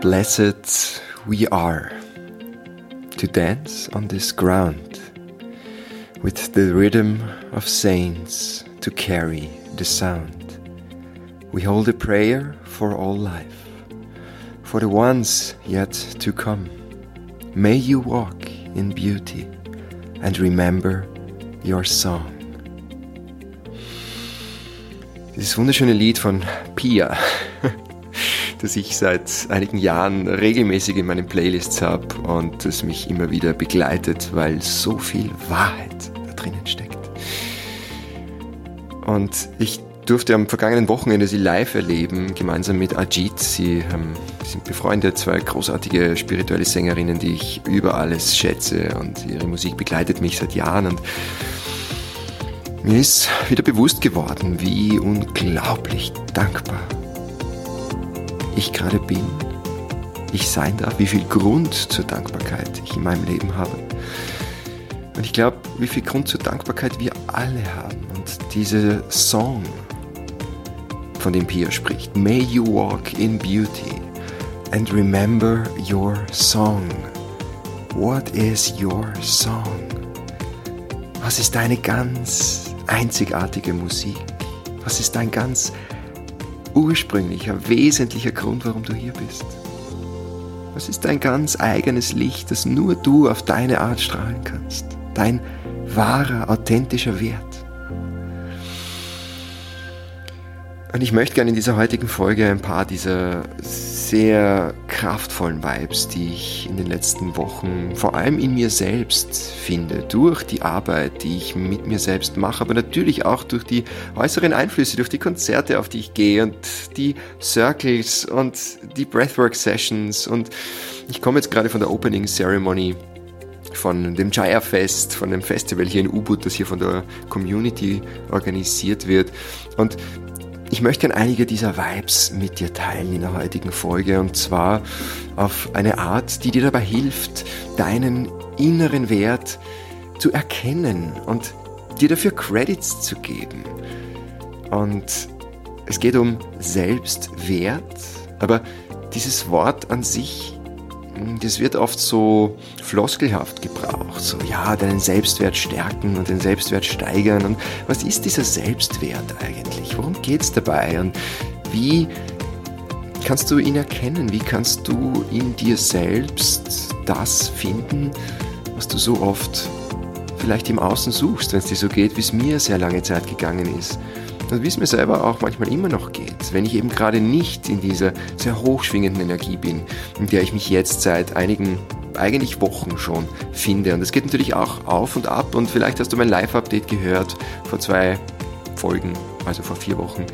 blessed we are to dance on this ground with the rhythm of saints to carry the sound. We hold a prayer for all life, for the ones yet to come. May you walk in beauty and remember your song. Dieses wunderschöne Lied von Pia, das ich seit einigen Jahren regelmäßig in meinen Playlists habe und das mich immer wieder begleitet, weil so viel Wahrheit da drinnen steckt. Und ich durfte am vergangenen Wochenende sie live erleben, gemeinsam mit Ajit. Sie sind befreundet, zwei großartige spirituelle Sängerinnen, die ich über alles schätze, und ihre Musik begleitet mich seit Jahren, und mir ist wieder bewusst geworden, wie unglaublich dankbar ich gerade bin, ich sein darf, wie viel Grund zur Dankbarkeit ich in meinem Leben habe. Und ich glaube, wie viel Grund zur Dankbarkeit wir alle haben. Und dieser Song, von dem Pia spricht, May you walk in beauty and remember your song. What is your song? Was ist deine ganz einzigartige Musik? Was ist dein ganz ursprünglicher, wesentlicher Grund, warum du hier bist? Was ist dein ganz eigenes Licht, das nur du auf deine Art strahlen kannst? Dein wahrer, authentischer Wert. Und ich möchte gerne in dieser heutigen Folge ein paar dieser sehr kraftvollen Vibes, die ich in den letzten Wochen vor allem in mir selbst finde, durch die Arbeit, die ich mit mir selbst mache, aber natürlich auch durch die äußeren Einflüsse, durch die Konzerte, auf die ich gehe, und die Circles und die Breathwork-Sessions. Und ich komme jetzt gerade von der Opening Ceremony von dem Jaya Fest, von dem Festival hier in Ubud, das hier von der Community organisiert wird. Und ich möchte gerne einige dieser Vibes mit dir teilen in der heutigen Folge, und zwar auf eine Art, die dir dabei hilft, deinen inneren Wert zu erkennen und dir dafür Credits zu geben. Und es geht um Selbstwert, aber dieses Wort an sich, das wird oft so floskelhaft gebraucht, so ja, deinen Selbstwert stärken und den Selbstwert steigern. Und was ist dieser Selbstwert eigentlich? Worum geht's dabei? Und wie kannst du ihn erkennen? Wie kannst du in dir selbst das finden, was du so oft vielleicht im Außen suchst, wenn es dir so geht, wie es mir sehr lange Zeit gegangen ist? Und wie es mir selber auch manchmal immer noch geht, wenn ich eben gerade nicht in dieser sehr hochschwingenden Energie bin, in der ich mich jetzt seit einigen, eigentlich Wochen schon finde. Und es geht natürlich auch auf und ab, und vielleicht hast du mein Live-Update gehört vor 2 Folgen, also vor 4 Wochen.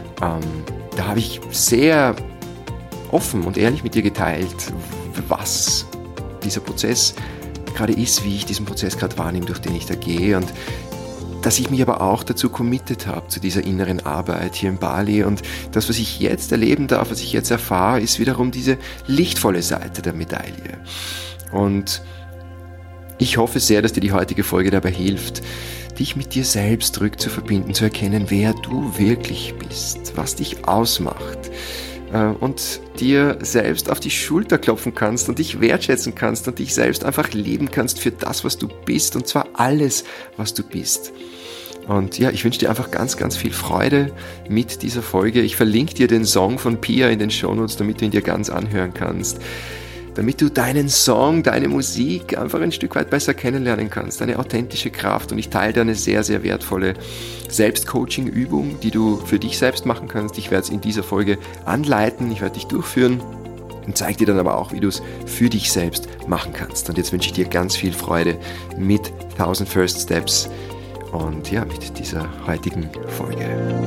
Da habe ich sehr offen und ehrlich mit dir geteilt, was dieser Prozess gerade ist, wie ich diesen Prozess gerade wahrnehme, durch den ich da gehe, und dass ich mich aber auch dazu committed habe, zu dieser inneren Arbeit hier in Bali. Und das, was ich jetzt erleben darf, was ich jetzt erfahre, ist wiederum diese lichtvolle Seite der Medaille. Und ich hoffe sehr, dass dir die heutige Folge dabei hilft, dich mit dir selbst zurückzuverbinden, zu erkennen, wer du wirklich bist, was dich ausmacht, und dir selbst auf die Schulter klopfen kannst und dich wertschätzen kannst und dich selbst einfach leben kannst für das, was du bist, und zwar alles, was du bist. Und ja, ich wünsche dir einfach ganz, ganz viel Freude mit dieser Folge. Ich verlinke dir den Song von Pia in den Shownotes, damit du ihn dir ganz anhören kannst, damit du deinen Song, deine Musik einfach ein Stück weit besser kennenlernen kannst, deine authentische Kraft. Und ich teile dir eine sehr, sehr wertvolle Selbstcoaching-Übung, die du für dich selbst machen kannst. Ich werde es in dieser Folge anleiten, ich werde dich durchführen und zeige dir dann aber auch, wie du es für dich selbst machen kannst. Und jetzt wünsche ich dir ganz viel Freude mit 1000 First Steps und ja, mit dieser heutigen Folge.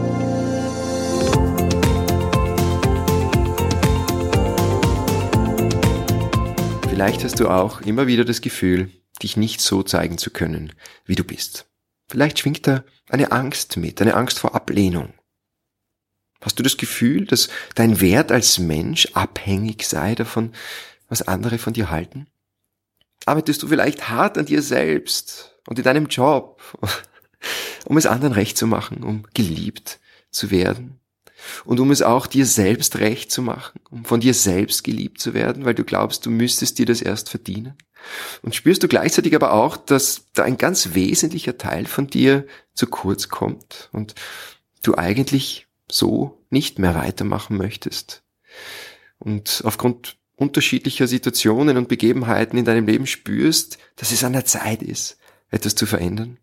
Vielleicht hast du auch immer wieder das Gefühl, dich nicht so zeigen zu können, wie du bist. Vielleicht schwingt da eine Angst mit, eine Angst vor Ablehnung. Hast du das Gefühl, dass dein Wert als Mensch abhängig sei davon, was andere von dir halten? Arbeitest du vielleicht hart an dir selbst und in deinem Job, um es anderen recht zu machen, um geliebt zu werden? und um es auch dir selbst recht zu machen, um von dir selbst geliebt zu werden, weil du glaubst, du müsstest dir das erst verdienen. Und spürst du gleichzeitig aber auch, dass da ein ganz wesentlicher Teil von dir zu kurz kommt und du eigentlich so nicht mehr weitermachen möchtest. Und aufgrund unterschiedlicher Situationen und Begebenheiten in deinem Leben spürst, dass es an der Zeit ist, etwas zu verändern.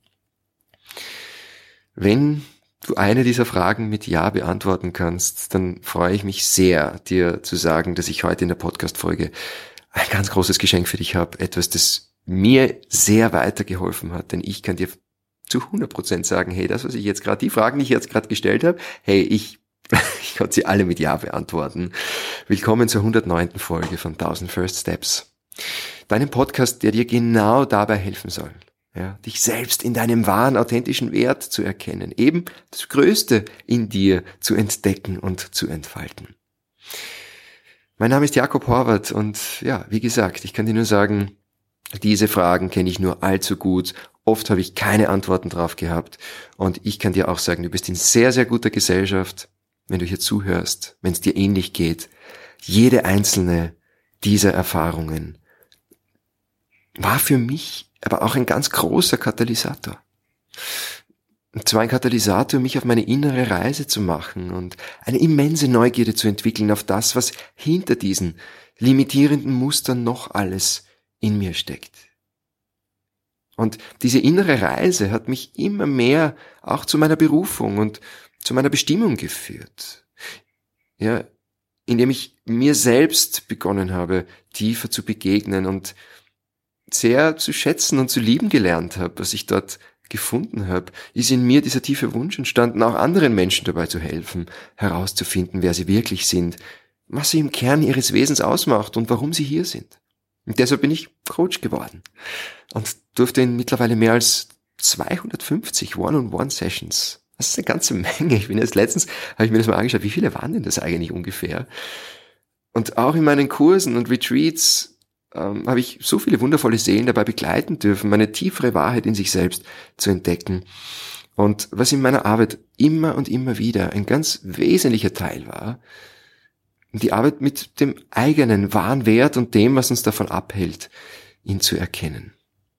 Wenn du eine dieser Fragen mit Ja beantworten kannst, dann freue ich mich sehr, dir zu sagen, dass ich heute in der Podcast-Folge ein ganz großes Geschenk für dich habe. Etwas, das mir sehr weitergeholfen hat, denn ich kann dir zu 100% sagen, hey, das, was ich jetzt gerade, die Fragen, die ich jetzt gerade gestellt habe, hey, ich konnte sie alle mit Ja beantworten. Willkommen zur 109. Folge von 1000 First Steps. Deinem Podcast, der dir genau dabei helfen soll, ja, dich selbst in deinem wahren, authentischen Wert zu erkennen, eben das Größte in dir zu entdecken und zu entfalten. Mein Name ist Jakob Horvath und ja, wie gesagt, ich kann dir nur sagen, diese Fragen kenne ich nur allzu gut. Oft habe ich keine Antworten drauf gehabt und ich kann dir auch sagen, du bist in sehr, sehr guter Gesellschaft, wenn du hier zuhörst, wenn es dir ähnlich geht. Jede einzelne dieser Erfahrungen war für mich aber auch ein ganz großer Katalysator. Und zwar ein Katalysator, mich auf meine innere Reise zu machen und eine immense Neugierde zu entwickeln auf das, was hinter diesen limitierenden Mustern noch alles in mir steckt. Und diese innere Reise hat mich immer mehr auch zu meiner Berufung und zu meiner Bestimmung geführt. Ja, indem ich mir selbst begonnen habe, tiefer zu begegnen und sehr zu schätzen und zu lieben gelernt habe, was ich dort gefunden habe, ist in mir dieser tiefe Wunsch entstanden, auch anderen Menschen dabei zu helfen, herauszufinden, wer sie wirklich sind, was sie im Kern ihres Wesens ausmacht und warum sie hier sind. Und deshalb bin ich Coach geworden und durfte in mittlerweile mehr als 250 One-on-One-Sessions. Das ist eine ganze Menge. Letztens habe ich mir das mal angeschaut, wie viele waren denn das eigentlich ungefähr? Und auch in meinen Kursen und Retreats habe ich so viele wundervolle Seelen dabei begleiten dürfen, meine tiefere Wahrheit in sich selbst zu entdecken. Und was in meiner Arbeit immer und immer wieder ein ganz wesentlicher Teil war, die Arbeit mit dem eigenen wahren Wert und dem, was uns davon abhält, ihn zu erkennen.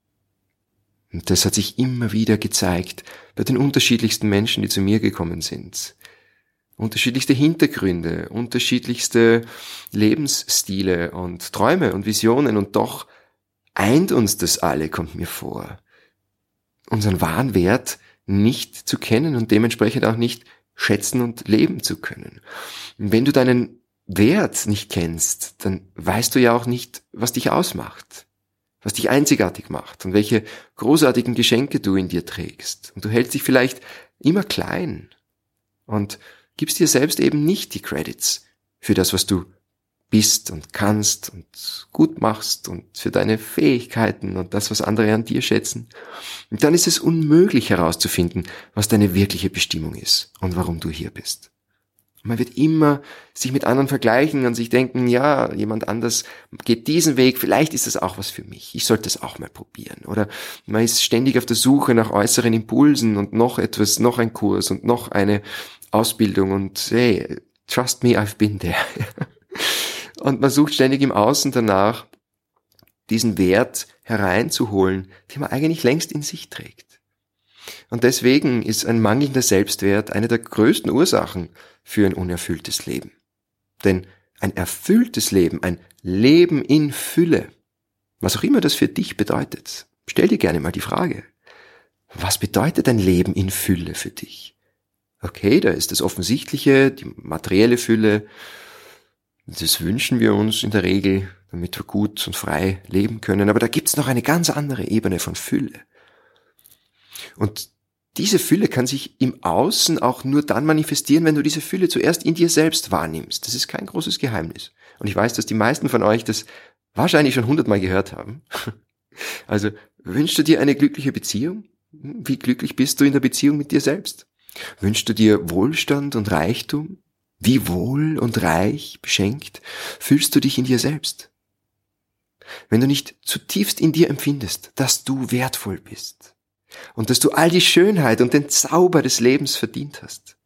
Und das hat sich immer wieder gezeigt bei den unterschiedlichsten Menschen, die zu mir gekommen sind. Unterschiedlichste Hintergründe, unterschiedlichste Lebensstile und Träume und Visionen und doch eint uns das alle, kommt mir vor, unseren wahren Wert nicht zu kennen und dementsprechend auch nicht schätzen und leben zu können. Und wenn du deinen Wert nicht kennst, dann weißt du ja auch nicht, was dich ausmacht, was dich einzigartig macht und welche großartigen Geschenke du in dir trägst. Und du hältst dich vielleicht immer klein und gibst dir selbst eben nicht die Credits für das, was du bist und kannst und gut machst und für deine Fähigkeiten und das, was andere an dir schätzen. Und dann ist es unmöglich herauszufinden, was deine wirkliche Bestimmung ist und warum du hier bist. Man wird immer sich mit anderen vergleichen und sich denken, ja, jemand anders geht diesen Weg, vielleicht ist das auch was für mich, ich sollte das auch mal probieren. Oder man ist ständig auf der Suche nach äußeren Impulsen und noch etwas, noch ein Kurs und noch eine Ausbildung und hey, trust me, I've been there. Und man sucht ständig im Außen danach, diesen Wert hereinzuholen, den man eigentlich längst in sich trägt. Und deswegen ist ein mangelnder Selbstwert eine der größten Ursachen für ein unerfülltes Leben. Denn ein erfülltes Leben, ein Leben in Fülle, was auch immer das für dich bedeutet, stell dir gerne mal die Frage, was bedeutet ein Leben in Fülle für dich? Okay, da ist das Offensichtliche, die materielle Fülle, das wünschen wir uns in der Regel, damit wir gut und frei leben können, aber da gibt's noch eine ganz andere Ebene von Fülle. Und diese Fülle kann sich im Außen auch nur dann manifestieren, wenn du diese Fülle zuerst in dir selbst wahrnimmst. Das ist kein großes Geheimnis. Und ich weiß, dass die meisten von euch das wahrscheinlich schon 100-mal gehört haben. Also, wünschst du dir eine glückliche Beziehung? Wie glücklich bist du in der Beziehung mit dir selbst? Wünschst du dir Wohlstand und Reichtum? Wie wohl und reich beschenkt fühlst du dich in dir selbst? Wenn du nicht zutiefst in dir empfindest, dass du wertvoll bist, und dass du all die Schönheit und den Zauber des Lebens verdient hast,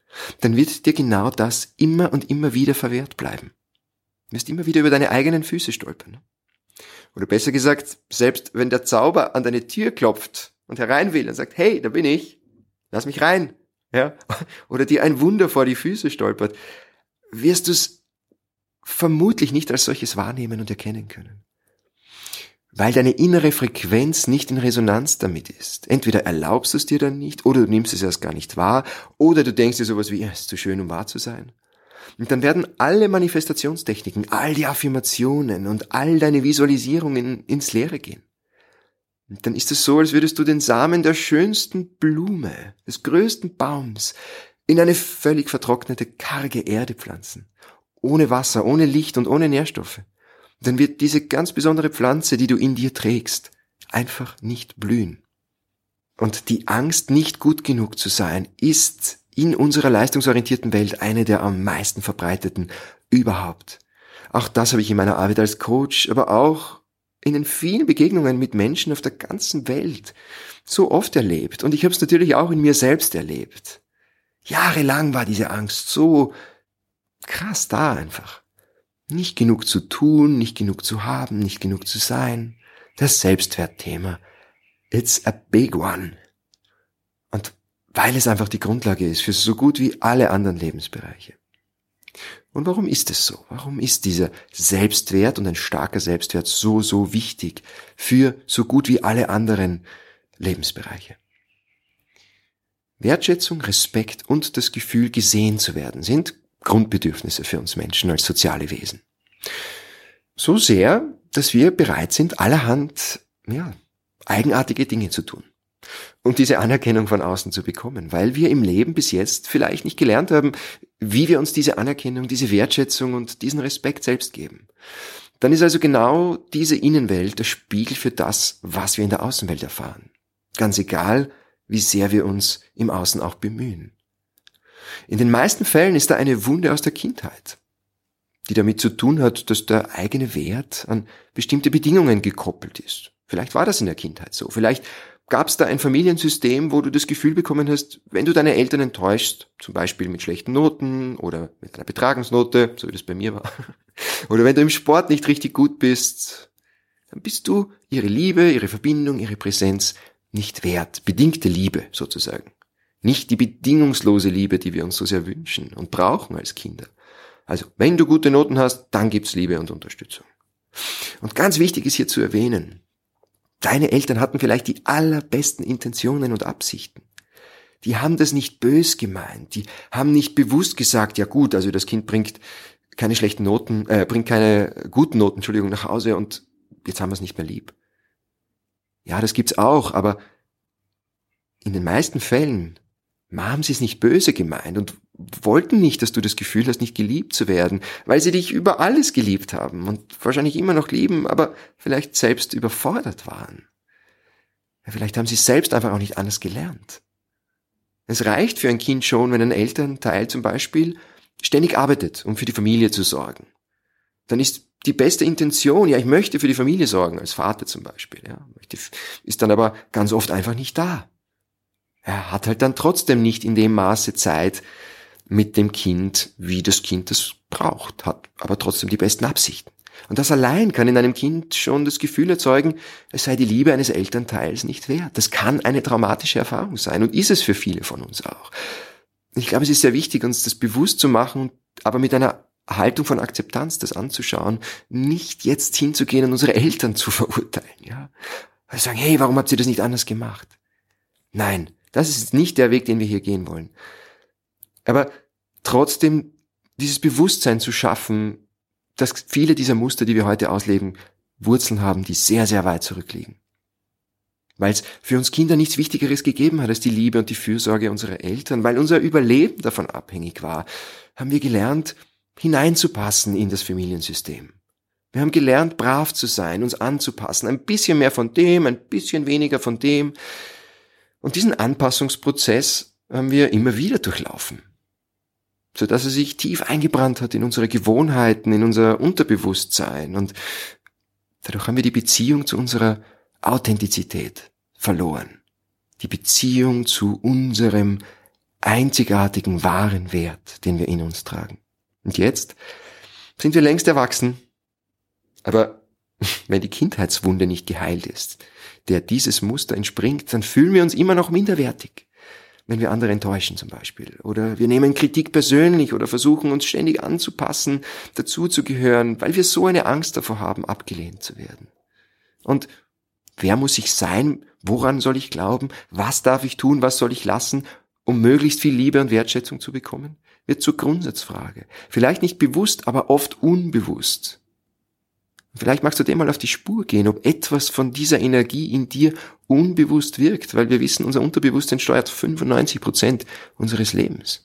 dann wird dir genau das immer und immer wieder verwehrt bleiben. Du wirst immer wieder über deine eigenen Füße stolpern. Oder besser gesagt, selbst wenn der Zauber an deine Tür klopft und herein will und sagt, hey, da bin ich, lass mich rein, ja, oder dir ein Wunder vor die Füße stolpert, wirst du es vermutlich nicht als solches wahrnehmen und erkennen können. Weil deine innere Frequenz nicht in Resonanz damit ist. Entweder erlaubst du es dir dann nicht, oder du nimmst es erst gar nicht wahr, oder du denkst dir sowas wie, es ist zu schön, um wahr zu sein. Und dann werden alle Manifestationstechniken, all die Affirmationen und all deine Visualisierungen ins Leere gehen. Und dann ist es so, als würdest du den Samen der schönsten Blume, des größten Baums, in eine völlig vertrocknete, karge Erde pflanzen. Ohne Wasser, ohne Licht und ohne Nährstoffe. Und dann wird diese ganz besondere Pflanze, die du in dir trägst, einfach nicht blühen. Und die Angst, nicht gut genug zu sein, ist in unserer leistungsorientierten Welt eine der am meisten verbreiteten überhaupt. Auch das habe ich in meiner Arbeit als Coach, aber auch in den vielen Begegnungen mit Menschen auf der ganzen Welt so oft erlebt. Und ich habe es natürlich auch in mir selbst erlebt. Jahrelang war diese Angst so krass da einfach. Nicht genug zu tun, nicht genug zu haben, nicht genug zu sein. Das Selbstwertthema. It's a big one. Und weil es einfach die Grundlage ist für so gut wie alle anderen Lebensbereiche. Und warum ist es so? Warum ist dieser Selbstwert und ein starker Selbstwert so wichtig für so gut wie alle anderen Lebensbereiche? Wertschätzung, Respekt und das Gefühl, gesehen zu werden, sind Grundbedürfnisse für uns Menschen als soziale Wesen. So sehr, dass wir bereit sind, allerhand, eigenartige Dinge zu tun. Und diese Anerkennung von außen zu bekommen, weil wir im Leben bis jetzt vielleicht nicht gelernt haben, wie wir uns diese Anerkennung, diese Wertschätzung und diesen Respekt selbst geben. Dann ist also genau diese Innenwelt der Spiegel für das, was wir in der Außenwelt erfahren. Ganz egal, wie sehr wir uns im Außen auch bemühen. In den meisten Fällen ist da eine Wunde aus der Kindheit, die damit zu tun hat, dass der eigene Wert an bestimmte Bedingungen gekoppelt ist. Vielleicht war das in der Kindheit so. Vielleicht gab es da ein Familiensystem, wo du das Gefühl bekommen hast, wenn du deine Eltern enttäuschst, zum Beispiel mit schlechten Noten oder mit einer Betragensnote, so wie das bei mir war, oder wenn du im Sport nicht richtig gut bist, dann bist du ihre Liebe, ihre Verbindung, ihre Präsenz nicht wert. Bedingte Liebe sozusagen. Nicht die bedingungslose Liebe, die wir uns so sehr wünschen und brauchen als Kinder. Also, wenn du gute Noten hast, dann gibt's Liebe und Unterstützung. Und ganz wichtig ist hier zu erwähnen, deine Eltern hatten vielleicht die allerbesten Intentionen und Absichten. Die haben das nicht bös gemeint. Die haben nicht bewusst gesagt, ja gut, also das Kind bringt keine guten Noten, nach Hause und jetzt haben wir es nicht mehr lieb. Ja, das gibt's auch, aber in den meisten Fällen haben sie es nicht böse gemeint und wollten nicht, dass du das Gefühl hast, nicht geliebt zu werden, weil sie dich über alles geliebt haben und wahrscheinlich immer noch lieben, aber vielleicht selbst überfordert waren. Ja, vielleicht haben sie es selbst einfach auch nicht anders gelernt. Es reicht für ein Kind schon, wenn ein Elternteil zum Beispiel ständig arbeitet, um für die Familie zu sorgen. Dann ist die beste Intention, ja, ich möchte für die Familie sorgen, als Vater zum Beispiel, ja, ist dann aber ganz oft einfach nicht da. Er hat halt dann trotzdem nicht in dem Maße Zeit mit dem Kind, wie das Kind das braucht, hat aber trotzdem die besten Absichten. Und das allein kann in einem Kind schon das Gefühl erzeugen, es sei die Liebe eines Elternteils nicht wert. Das kann eine traumatische Erfahrung sein und ist es für viele von uns auch. Ich glaube, es ist sehr wichtig, uns das bewusst zu machen, aber mit einer Haltung von Akzeptanz das anzuschauen, nicht jetzt hinzugehen und unsere Eltern zu verurteilen, ja. Also sagen, hey, warum habt ihr das nicht anders gemacht? Nein, das ist nicht der Weg, den wir hier gehen wollen. Aber trotzdem dieses Bewusstsein zu schaffen, dass viele dieser Muster, die wir heute ausleben, Wurzeln haben, die sehr, sehr weit zurückliegen. Weil es für uns Kinder nichts Wichtigeres gegeben hat als die Liebe und die Fürsorge unserer Eltern, weil unser Überleben davon abhängig war, haben wir gelernt, hineinzupassen in das Familiensystem. Wir haben gelernt, brav zu sein, uns anzupassen, ein bisschen mehr von dem, ein bisschen weniger von dem. Und diesen Anpassungsprozess haben wir immer wieder durchlaufen, sodass er sich tief eingebrannt hat in unsere Gewohnheiten, in unser Unterbewusstsein. Und dadurch haben wir die Beziehung zu unserer Authentizität verloren. Die Beziehung zu unserem einzigartigen, wahren Wert, den wir in uns tragen. Und jetzt sind wir längst erwachsen, aber wenn die Kindheitswunde nicht geheilt ist, der dieses Muster entspringt, dann fühlen wir uns immer noch minderwertig, wenn wir andere enttäuschen zum Beispiel. Oder wir nehmen Kritik persönlich oder versuchen uns ständig anzupassen, dazuzugehören, weil wir so eine Angst davor haben, abgelehnt zu werden. Und wer muss ich sein? Woran soll ich glauben? Was darf ich tun? Was soll ich lassen, um möglichst viel Liebe und Wertschätzung zu bekommen? Wird zur Grundsatzfrage. Vielleicht nicht bewusst, aber oft unbewusst. Vielleicht magst du dem mal auf die Spur gehen, ob etwas von dieser Energie in dir unbewusst wirkt, weil wir wissen, unser Unterbewusstsein steuert 95% unseres Lebens.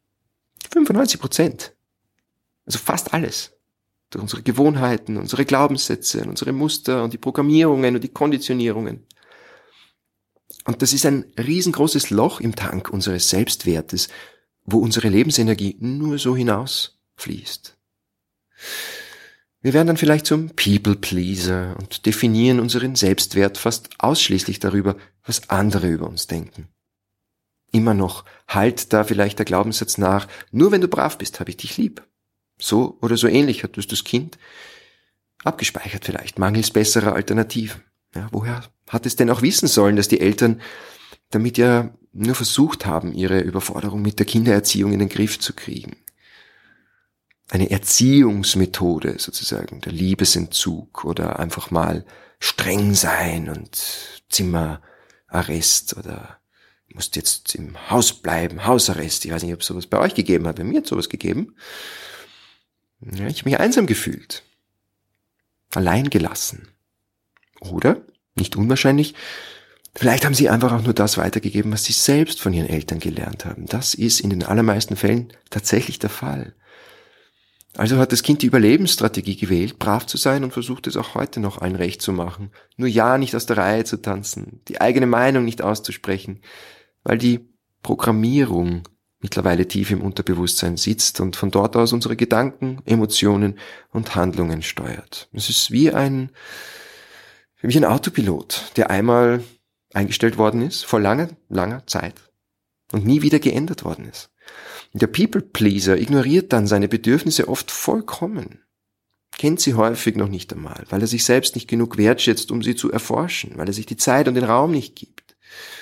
95%. Also fast alles. Durch unsere Gewohnheiten, unsere Glaubenssätze, unsere Muster und die Programmierungen und die Konditionierungen. Und das ist ein riesengroßes Loch im Tank unseres Selbstwertes, wo unsere Lebensenergie nur so hinausfließt. Wir werden dann vielleicht zum People-Pleaser und definieren unseren Selbstwert fast ausschließlich darüber, was andere über uns denken. Immer noch hallt da vielleicht der Glaubenssatz nach, nur wenn du brav bist, habe ich dich lieb. So oder so ähnlich hat das Kind abgespeichert vielleicht, mangels besserer Alternativen. Ja, woher hat es denn auch wissen sollen, dass die Eltern damit ja nur versucht haben, ihre Überforderung mit der Kindererziehung in den Griff zu kriegen? Eine Erziehungsmethode sozusagen, der Liebesentzug oder einfach mal streng sein und Zimmerarrest oder du musst jetzt im Haus bleiben, Hausarrest. Ich weiß nicht, ob es sowas bei euch gegeben hat. Bei mir hat es sowas gegeben. Ja, ich habe mich einsam gefühlt. Allein gelassen. Oder, nicht unwahrscheinlich, vielleicht haben sie einfach auch nur das weitergegeben, was sie selbst von ihren Eltern gelernt haben. Das ist in den allermeisten Fällen tatsächlich der Fall. Also hat das Kind die Überlebensstrategie gewählt, brav zu sein und versucht es auch heute noch allen recht zu machen. Nur ja nicht aus der Reihe zu tanzen, die eigene Meinung nicht auszusprechen, weil die Programmierung mittlerweile tief im Unterbewusstsein sitzt und von dort aus unsere Gedanken, Emotionen und Handlungen steuert. Es ist wie ein Autopilot, der einmal eingestellt worden ist, vor langer, langer Zeit und nie wieder geändert worden ist. Der People-Pleaser ignoriert dann seine Bedürfnisse oft vollkommen, kennt sie häufig noch nicht einmal, weil er sich selbst nicht genug wertschätzt, um sie zu erforschen, weil er sich die Zeit und den Raum nicht gibt,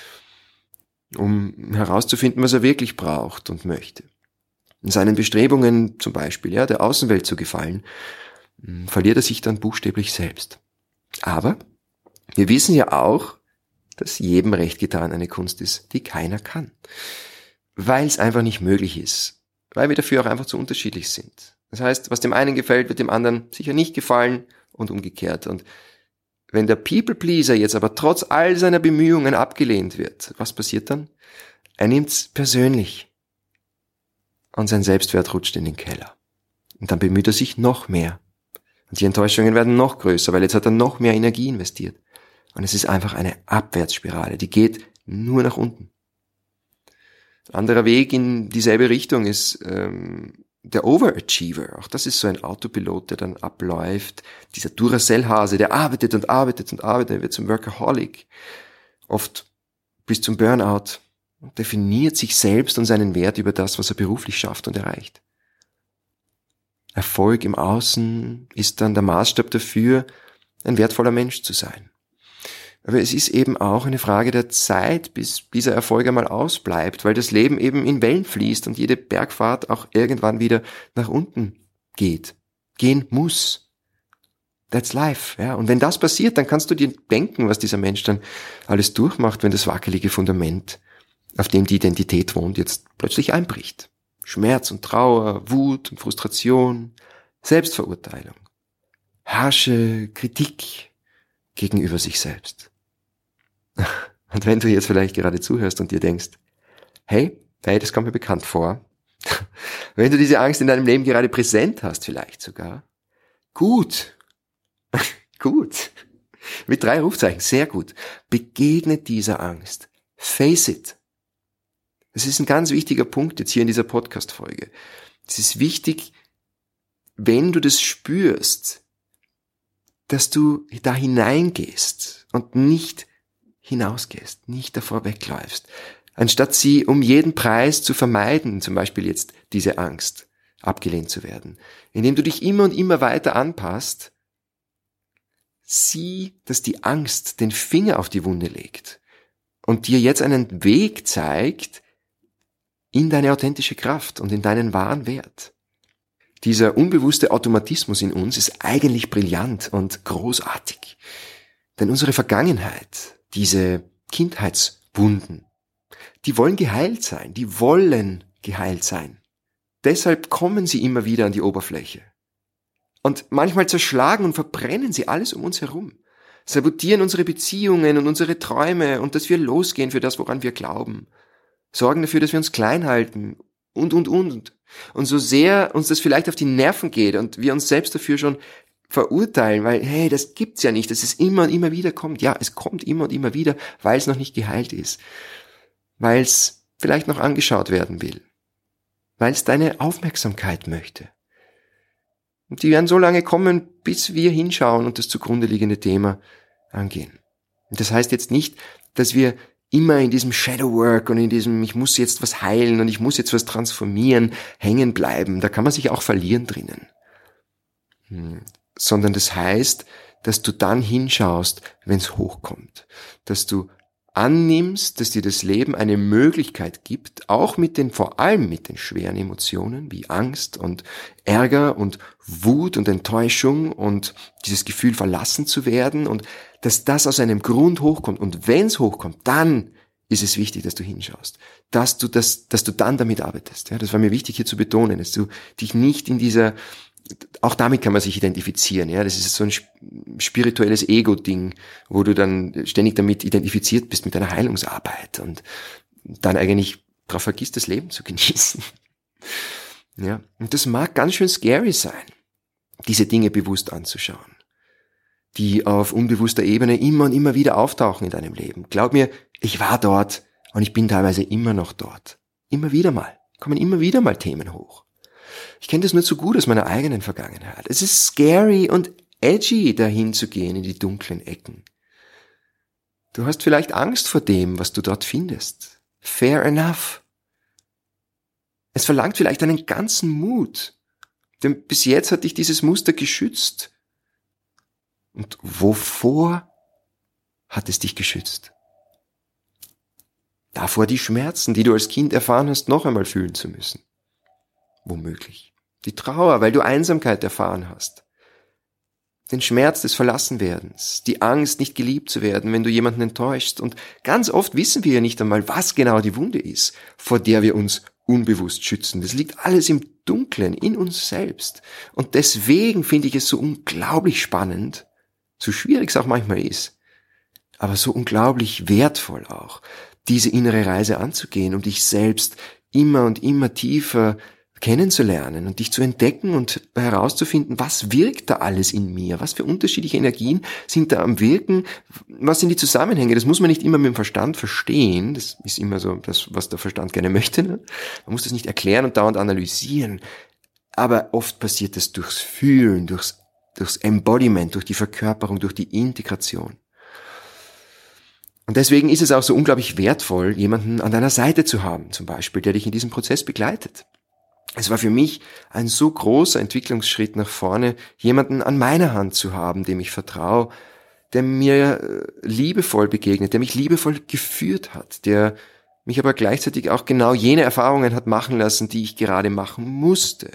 um herauszufinden, was er wirklich braucht und möchte. In seinen Bestrebungen zum Beispiel, der Außenwelt zu gefallen, verliert er sich dann buchstäblich selbst. Aber wir wissen ja auch, dass jedem recht getan eine Kunst ist, die keiner kann. Weil es einfach nicht möglich ist. Weil wir dafür auch einfach zu unterschiedlich sind. Das heißt, was dem einen gefällt, wird dem anderen sicher nicht gefallen und umgekehrt. Und wenn der People-Pleaser jetzt aber trotz all seiner Bemühungen abgelehnt wird, was passiert dann? Er nimmt's persönlich. Und sein Selbstwert rutscht in den Keller. Und dann bemüht er sich noch mehr. Und die Enttäuschungen werden noch größer, weil jetzt hat er noch mehr Energie investiert. Und es ist einfach eine Abwärtsspirale, die geht nur nach unten. Ein anderer Weg in dieselbe Richtung ist der Overachiever. Auch das ist so ein Autopilot, der dann abläuft. Dieser Duracell-Hase, der arbeitet und arbeitet und arbeitet, wird zum Workaholic. Oft bis zum Burnout. Und definiert sich selbst und seinen Wert über das, was er beruflich schafft und erreicht. Erfolg im Außen ist dann der Maßstab dafür, ein wertvoller Mensch zu sein. Aber es ist eben auch eine Frage der Zeit, bis dieser Erfolg einmal ausbleibt, weil das Leben eben in Wellen fließt und jede Bergfahrt auch irgendwann wieder nach unten gehen muss. That's life. Ja. Und wenn das passiert, dann kannst du dir denken, was dieser Mensch dann alles durchmacht, wenn das wackelige Fundament, auf dem die Identität wohnt, jetzt plötzlich einbricht. Schmerz und Trauer, Wut und Frustration, Selbstverurteilung, harsche Kritik gegenüber sich selbst. Und wenn du jetzt vielleicht gerade zuhörst und dir denkst, hey, das kommt mir bekannt vor. Wenn du diese Angst in deinem Leben gerade präsent hast, vielleicht sogar, gut, mit 3 Rufzeichen, sehr gut, begegne dieser Angst, face it. Das ist ein ganz wichtiger Punkt jetzt hier in dieser Podcast-Folge. Es ist wichtig, wenn du das spürst, dass du da hineingehst und nicht hinausgehst, nicht davor wegläufst. anstatt sie um jeden Preis zu vermeiden, zum Beispiel jetzt diese Angst, abgelehnt zu werden. Indem du dich immer und immer weiter anpasst, sieh, dass die Angst den Finger auf die Wunde legt und dir jetzt einen Weg zeigt in deine authentische Kraft und in deinen wahren Wert. Dieser unbewusste Automatismus in uns ist eigentlich brillant und großartig. Denn unsere Vergangenheit, diese Kindheitswunden, die wollen geheilt sein, die wollen geheilt sein. Deshalb kommen sie immer wieder an die Oberfläche. Und manchmal zerschlagen und verbrennen sie alles um uns herum, sabotieren unsere Beziehungen und unsere Träume und dass wir losgehen für das, woran wir glauben, sorgen dafür, dass wir uns klein halten und. Und so sehr uns das vielleicht auf die Nerven geht und wir uns selbst dafür schon verurteilen, weil, hey, das gibt's ja nicht, dass es immer und immer wieder kommt. Ja, es kommt immer und immer wieder, weil es noch nicht geheilt ist. Weil es vielleicht noch angeschaut werden will. Weil es deine Aufmerksamkeit möchte. Und die werden so lange kommen, bis wir hinschauen und das zugrunde liegende Thema angehen. Und das heißt jetzt nicht, dass wir immer in diesem Shadow Work und in diesem, ich muss jetzt was heilen und ich muss jetzt was transformieren, hängen bleiben. Da kann man sich auch verlieren drinnen. Sondern das heißt, dass du dann hinschaust, wenn es hochkommt. Dass du annimmst, dass dir das Leben eine Möglichkeit gibt, auch vor allem mit den schweren Emotionen wie Angst und Ärger und Wut und Enttäuschung und dieses Gefühl verlassen zu werden und dass das aus einem Grund hochkommt. Und wenn es hochkommt, dann ist es wichtig, dass du hinschaust, dass du dann damit arbeitest. Ja, das war mir wichtig hier zu betonen, dass du dich nicht in dieser, auch damit kann man sich identifizieren, ja, das ist so ein spirituelles Ego-Ding, wo du dann ständig damit identifiziert bist mit deiner Heilungsarbeit und dann eigentlich darauf vergisst, das Leben zu genießen. Ja, und das mag ganz schön scary sein, diese Dinge bewusst anzuschauen, die auf unbewusster Ebene immer und immer wieder auftauchen in deinem Leben. Glaub mir, ich war dort und ich bin teilweise immer noch dort. Immer wieder mal, kommen immer wieder mal Themen hoch. Ich kenne das nur zu gut aus meiner eigenen Vergangenheit. Es ist scary und edgy, dahin zu gehen in die dunklen Ecken. Du hast vielleicht Angst vor dem, was du dort findest. Fair enough. Es verlangt vielleicht einen ganzen Mut. Denn bis jetzt hat dich dieses Muster geschützt. Und wovor hat es dich geschützt? Davor die Schmerzen, die du als Kind erfahren hast, noch einmal fühlen zu müssen. Womöglich. Die Trauer, weil du Einsamkeit erfahren hast. Den Schmerz des Verlassenwerdens, die Angst, nicht geliebt zu werden, wenn du jemanden enttäuschst. Und ganz oft wissen wir ja nicht einmal, was genau die Wunde ist, vor der wir uns unbewusst schützen. Das liegt alles im Dunklen, in uns selbst. Und deswegen finde ich es so unglaublich spannend, so schwierig es auch manchmal ist, aber so unglaublich wertvoll auch, diese innere Reise anzugehen, um dich selbst immer und immer tiefer kennenzulernen und dich zu entdecken und herauszufinden, was wirkt da alles in mir, was für unterschiedliche Energien sind da am Wirken, was sind die Zusammenhänge, das muss man nicht immer mit dem Verstand verstehen, das ist immer so das, was der Verstand gerne möchte, ne? Man muss das nicht erklären und dauernd analysieren, aber oft passiert das durchs Fühlen, durchs Embodiment, durch die Verkörperung, durch die Integration. Und deswegen ist es auch so unglaublich wertvoll, jemanden an deiner Seite zu haben, zum Beispiel, der dich in diesem Prozess begleitet. Es war für mich ein so großer Entwicklungsschritt nach vorne, jemanden an meiner Hand zu haben, dem ich vertraue, der mir liebevoll begegnet, der mich liebevoll geführt hat, der mich aber gleichzeitig auch genau jene Erfahrungen hat machen lassen, die ich gerade machen musste,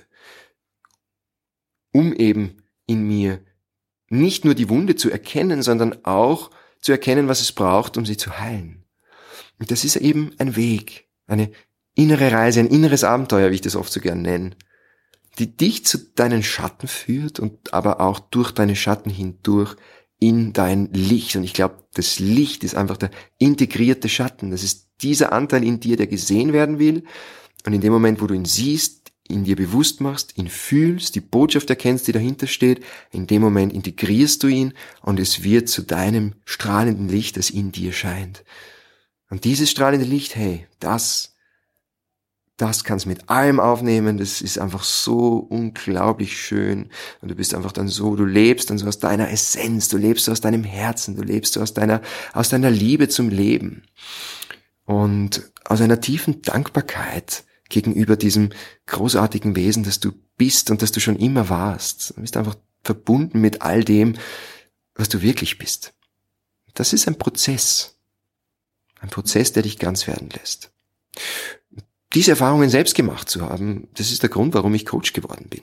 um eben in mir nicht nur die Wunde zu erkennen, sondern auch zu erkennen, was es braucht, um sie zu heilen. Und das ist eben ein Weg, eine innere Reise, ein inneres Abenteuer, wie ich das oft so gern nenne, die dich zu deinen Schatten führt und aber auch durch deine Schatten hindurch in dein Licht. Und ich glaube, das Licht ist einfach der integrierte Schatten. Das ist dieser Anteil in dir, der gesehen werden will. Und in dem Moment, wo du ihn siehst, ihn dir bewusst machst, ihn fühlst, die Botschaft erkennst, die dahinter steht, in dem Moment integrierst du ihn und es wird zu deinem strahlenden Licht, das in dir scheint. Und dieses strahlende Licht, hey, das kannst mit allem aufnehmen, das ist einfach so unglaublich schön und du bist einfach dann so, du lebst dann so aus deiner Essenz, du lebst so aus deinem Herzen, du lebst so aus deiner Liebe zum Leben. und aus einer tiefen Dankbarkeit gegenüber diesem großartigen Wesen, das du bist und das du schon immer warst. Du bist einfach verbunden mit all dem, was du wirklich bist. Das ist ein Prozess, der dich ganz werden lässt. Diese Erfahrungen selbst gemacht zu haben, das ist der Grund, warum ich Coach geworden bin.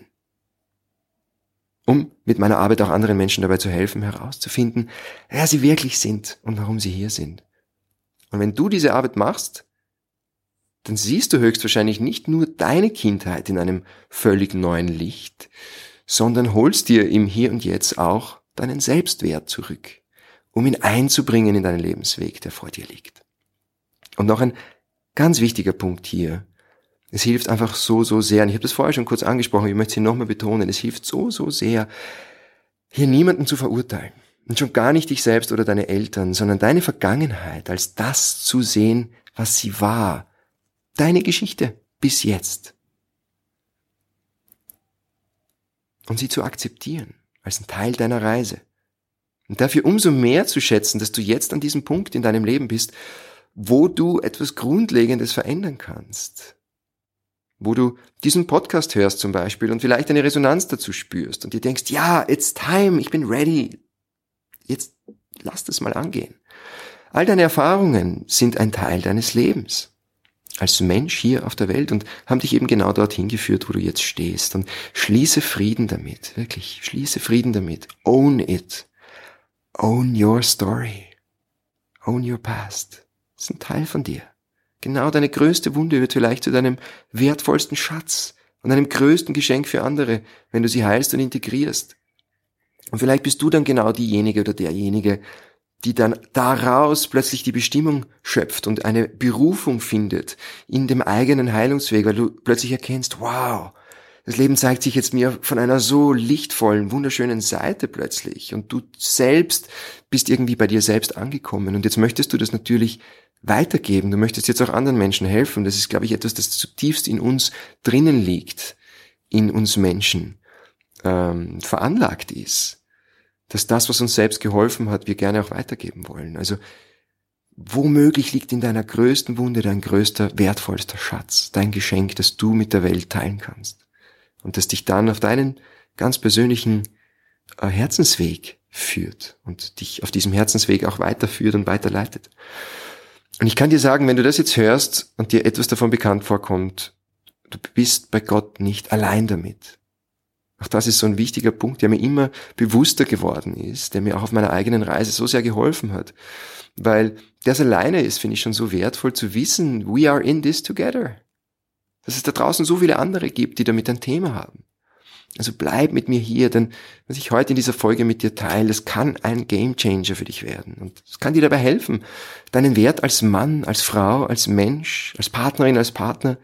Um mit meiner Arbeit auch anderen Menschen dabei zu helfen, herauszufinden, wer sie wirklich sind und warum sie hier sind. Und wenn du diese Arbeit machst, dann siehst du höchstwahrscheinlich nicht nur deine Kindheit in einem völlig neuen Licht, sondern holst dir im Hier und Jetzt auch deinen Selbstwert zurück, um ihn einzubringen in deinen Lebensweg, der vor dir liegt. Und noch ein ganz wichtiger Punkt hier. Es hilft einfach so sehr, und ich habe das vorher schon kurz angesprochen, ich möchte es hier nochmal betonen, es hilft so sehr, hier niemanden zu verurteilen. Und schon gar nicht dich selbst oder deine Eltern, sondern deine Vergangenheit als das zu sehen, was sie war. Deine Geschichte bis jetzt. Und sie zu akzeptieren als ein Teil deiner Reise. Und dafür umso mehr zu schätzen, dass du jetzt an diesem Punkt in deinem Leben bist, wo du etwas Grundlegendes verändern kannst. Wo du diesen Podcast hörst zum Beispiel und vielleicht eine Resonanz dazu spürst und dir denkst, ja, it's time, ich bin ready. Jetzt lass das mal angehen. All deine Erfahrungen sind ein Teil deines Lebens als Mensch hier auf der Welt und haben dich eben genau dorthin geführt, wo du jetzt stehst. Und schließe Frieden damit, wirklich, schließe Frieden damit. Own it. Own your story. Own your past. Das ist ein Teil von dir. Genau deine größte Wunde wird vielleicht zu deinem wertvollsten Schatz und deinem größten Geschenk für andere, wenn du sie heilst und integrierst. Und vielleicht bist du dann genau diejenige oder derjenige, die dann daraus plötzlich die Bestimmung schöpft und eine Berufung findet in dem eigenen Heilungsweg, weil du plötzlich erkennst, wow, das Leben zeigt sich jetzt mir von einer so lichtvollen, wunderschönen Seite plötzlich und du selbst bist irgendwie bei dir selbst angekommen und jetzt möchtest du das natürlich weitergeben, du möchtest jetzt auch anderen Menschen helfen. Das ist, glaube ich, etwas, das zutiefst in uns drinnen liegt, in uns Menschen veranlagt ist, dass das, was uns selbst geholfen hat, wir gerne auch weitergeben wollen. Also womöglich liegt in deiner größten Wunde dein größter, wertvollster Schatz, dein Geschenk, das du mit der Welt teilen kannst und das dich dann auf deinen ganz persönlichen Herzensweg führt und dich auf diesem Herzensweg auch weiterführt und weiterleitet. Und ich kann dir sagen, wenn du das jetzt hörst und dir etwas davon bekannt vorkommt, du bist bei Gott nicht allein damit. Auch das ist so ein wichtiger Punkt, der mir immer bewusster geworden ist, der mir auch auf meiner eigenen Reise so sehr geholfen hat. Weil das alleine ist, finde ich schon so wertvoll zu wissen, we are in this together. Dass es da draußen so viele andere gibt, die damit ein Thema haben. Also bleib mit mir hier, denn was ich heute in dieser Folge mit dir teile, das kann ein Gamechanger für dich werden. Und es kann dir dabei helfen, deinen Wert als Mann, als Frau, als Mensch, als Partnerin, als Partner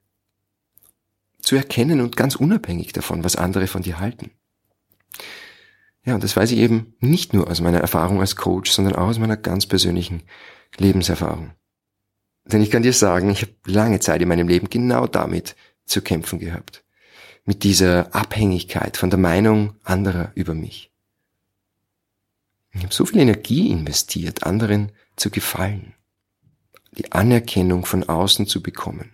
zu erkennen und ganz unabhängig davon, was andere von dir halten. Ja, und das weiß ich eben nicht nur aus meiner Erfahrung als Coach, sondern auch aus meiner ganz persönlichen Lebenserfahrung. Denn ich kann dir sagen, ich habe lange Zeit in meinem Leben genau damit zu kämpfen gehabt. Mit dieser Abhängigkeit von der Meinung anderer über mich. Ich habe so viel Energie investiert, anderen zu gefallen, die Anerkennung von außen zu bekommen.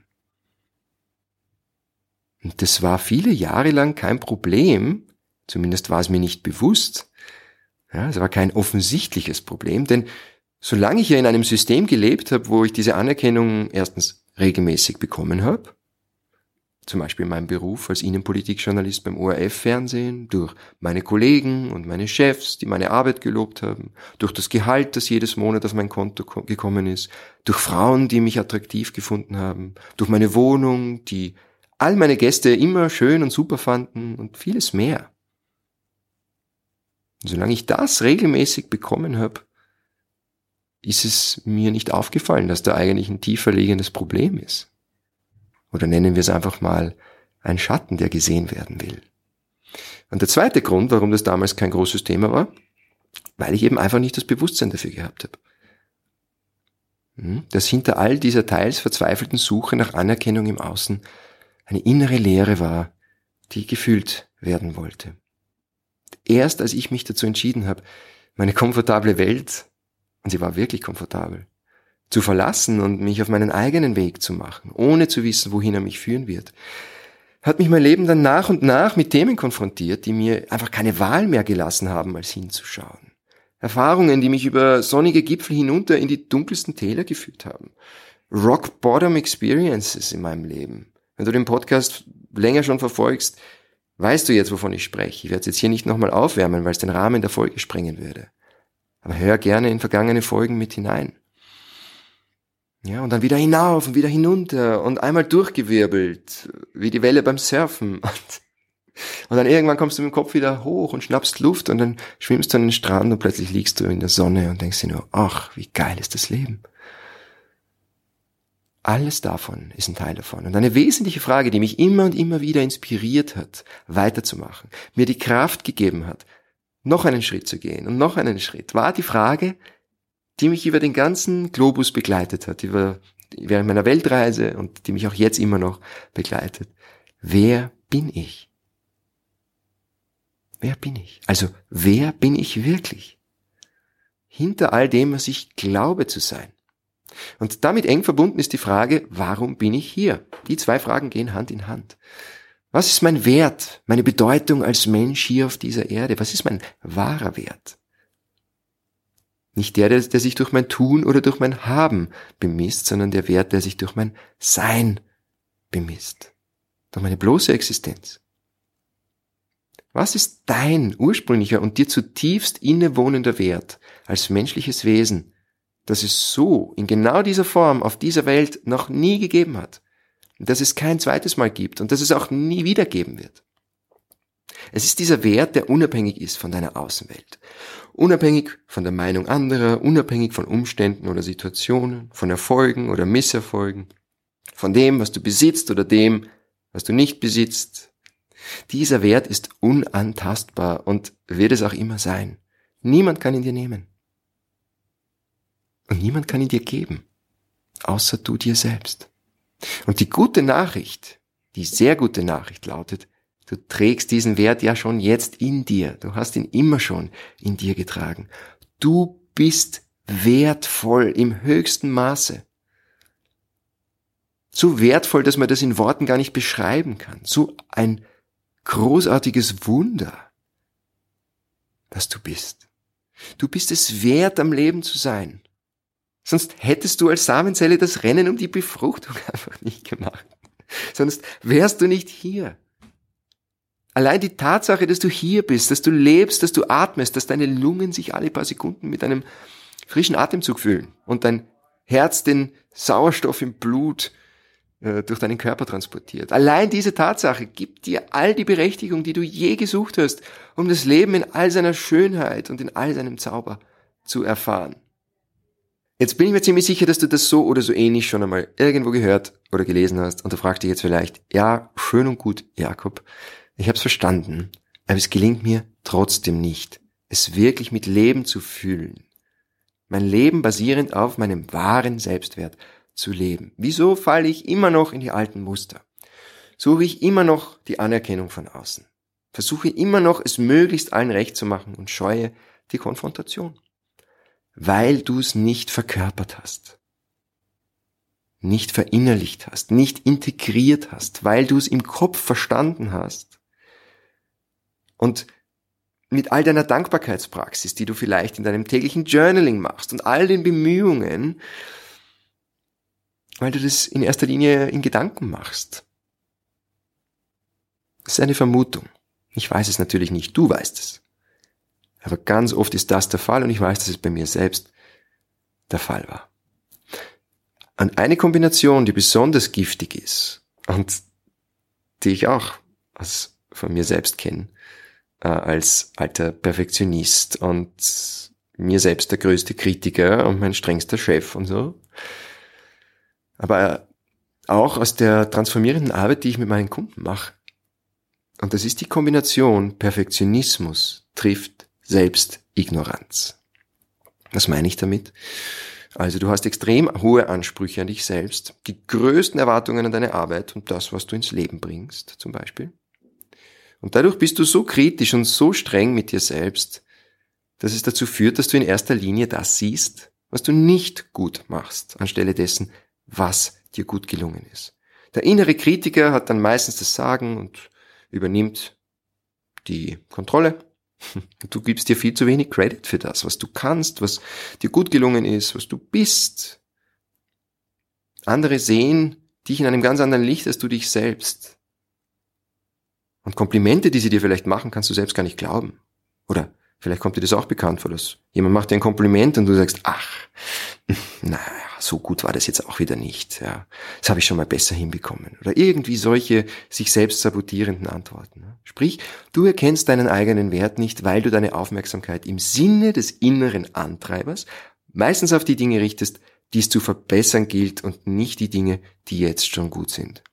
Und das war viele Jahre lang kein Problem, zumindest war es mir nicht bewusst. Ja, es war kein offensichtliches Problem, denn solange ich ja in einem System gelebt habe, wo ich diese Anerkennung erstens regelmäßig bekommen habe, zum Beispiel in meinem Beruf als Innenpolitikjournalist beim ORF-Fernsehen, durch meine Kollegen und meine Chefs, die meine Arbeit gelobt haben, durch das Gehalt, das jedes Monat auf mein Konto gekommen ist, durch Frauen, die mich attraktiv gefunden haben, durch meine Wohnung, die all meine Gäste immer schön und super fanden und vieles mehr. Und solange ich das regelmäßig bekommen habe, ist es mir nicht aufgefallen, dass da eigentlich ein tiefer liegendes Problem ist. Oder nennen wir es einfach mal ein Schatten, der gesehen werden will. Und der zweite Grund, warum das damals kein großes Thema war, weil ich eben einfach nicht das Bewusstsein dafür gehabt habe. Dass hinter all dieser teils verzweifelten Suche nach Anerkennung im Außen eine innere Leere war, die gefüllt werden wollte. Erst als ich mich dazu entschieden habe, meine komfortable Welt, und sie war wirklich komfortabel, zu verlassen und mich auf meinen eigenen Weg zu machen, ohne zu wissen, wohin er mich führen wird, hat mich mein Leben dann nach und nach mit Themen konfrontiert, die mir einfach keine Wahl mehr gelassen haben, als hinzuschauen. Erfahrungen, die mich über sonnige Gipfel hinunter in die dunkelsten Täler geführt haben. Rock Bottom Experiences in meinem Leben. Wenn du den Podcast länger schon verfolgst, weißt du jetzt, wovon ich spreche. Ich werde es jetzt hier nicht nochmal aufwärmen, weil es den Rahmen der Folge sprengen würde. Aber hör gerne in vergangene Folgen mit hinein. Ja, und dann wieder hinauf und wieder hinunter und einmal durchgewirbelt, wie die Welle beim Surfen. Und dann irgendwann kommst du mit dem Kopf wieder hoch und schnappst Luft und dann schwimmst du an den Strand und plötzlich liegst du in der Sonne und denkst dir nur, ach, wie geil ist das Leben. Alles davon ist ein Teil davon. Und eine wesentliche Frage, die mich immer und immer wieder inspiriert hat, weiterzumachen, mir die Kraft gegeben hat, noch einen Schritt zu gehen und noch einen Schritt, war die Frage, die mich über den ganzen Globus begleitet hat, während meiner Weltreise und die mich auch jetzt immer noch begleitet. Wer bin ich? Wer bin ich? Also, wer bin ich wirklich? Hinter all dem, was ich glaube zu sein. Und damit eng verbunden ist die Frage, warum bin ich hier? Die zwei Fragen gehen Hand in Hand. Was ist mein Wert, meine Bedeutung als Mensch hier auf dieser Erde? Was ist mein wahrer Wert? Nicht der sich durch mein Tun oder durch mein Haben bemisst, sondern der Wert, der sich durch mein Sein bemisst. Durch meine bloße Existenz. Was ist dein ursprünglicher und dir zutiefst innewohnender Wert als menschliches Wesen, das es so in genau dieser Form auf dieser Welt noch nie gegeben hat, dass es kein zweites Mal gibt und dass es auch nie wieder geben wird? Es ist dieser Wert, der unabhängig ist von deiner Außenwelt. Unabhängig von der Meinung anderer, unabhängig von Umständen oder Situationen, von Erfolgen oder Misserfolgen, von dem, was du besitzt oder dem, was du nicht besitzt. Dieser Wert ist unantastbar und wird es auch immer sein. Niemand kann ihn dir nehmen. Und niemand kann ihn dir geben, außer du dir selbst. Und die gute Nachricht, die sehr gute Nachricht lautet, du trägst diesen Wert ja schon jetzt in dir. Du hast ihn immer schon in dir getragen. Du bist wertvoll im höchsten Maße. So wertvoll, dass man das in Worten gar nicht beschreiben kann. So ein großartiges Wunder, dass du bist. Du bist es wert, am Leben zu sein. Sonst hättest du als Samenzelle das Rennen um die Befruchtung einfach nicht gemacht. Sonst wärst du nicht hier. Allein die Tatsache, dass du hier bist, dass du lebst, dass du atmest, dass deine Lungen sich alle paar Sekunden mit einem frischen Atemzug füllen und dein Herz den Sauerstoff im Blut durch deinen Körper transportiert. Allein diese Tatsache gibt dir all die Berechtigung, die du je gesucht hast, um das Leben in all seiner Schönheit und in all seinem Zauber zu erfahren. Jetzt bin ich mir ziemlich sicher, dass du das so oder so ähnlich schon einmal irgendwo gehört oder gelesen hast und du fragst dich jetzt vielleicht, ja, schön und gut, Jakob, ich habe es verstanden, aber es gelingt mir trotzdem nicht, es wirklich mit Leben zu fühlen. Mein Leben basierend auf meinem wahren Selbstwert zu leben. Wieso falle ich immer noch in die alten Muster? Suche ich immer noch die Anerkennung von außen? Versuche immer noch, es möglichst allen recht zu machen und scheue die Konfrontation? Weil du es nicht verkörpert hast, nicht verinnerlicht hast, nicht integriert hast, weil du es im Kopf verstanden hast und mit all deiner Dankbarkeitspraxis, die du vielleicht in deinem täglichen Journaling machst und all den Bemühungen, weil du das in erster Linie in Gedanken machst. Das ist eine Vermutung. Ich weiß es natürlich nicht, du weißt es. Aber ganz oft ist das der Fall und ich weiß, dass es bei mir selbst der Fall war. Und eine Kombination, die besonders giftig ist und die ich auch von mir selbst kenne, als alter Perfektionist und mir selbst der größte Kritiker und mein strengster Chef und so, aber auch aus der transformierenden Arbeit, die ich mit meinen Kunden mache. Und das ist die Kombination Perfektionismus trifft Selbstignoranz. Was meine ich damit? Also du hast extrem hohe Ansprüche an dich selbst, die größten Erwartungen an deine Arbeit und das, was du ins Leben bringst, zum Beispiel. Und dadurch bist du so kritisch und so streng mit dir selbst, dass es dazu führt, dass du in erster Linie das siehst, was du nicht gut machst, anstelle dessen, was dir gut gelungen ist. Der innere Kritiker hat dann meistens das Sagen und übernimmt die Kontrolle. Du gibst dir viel zu wenig Credit für das, was du kannst, was dir gut gelungen ist, was du bist. Andere sehen dich in einem ganz anderen Licht als du dich selbst. Und Komplimente, die sie dir vielleicht machen, kannst du selbst gar nicht glauben. Oder vielleicht kommt dir das auch bekannt vor, dass jemand macht dir ein Kompliment und du sagst, ach, naja, so gut war das jetzt auch wieder nicht. Ja, das habe ich schon mal besser hinbekommen. Oder irgendwie solche sich selbst sabotierenden Antworten. Sprich, du erkennst deinen eigenen Wert nicht, weil du deine Aufmerksamkeit im Sinne des inneren Antreibers meistens auf die Dinge richtest, die es zu verbessern gilt und nicht die Dinge, die jetzt schon gut sind.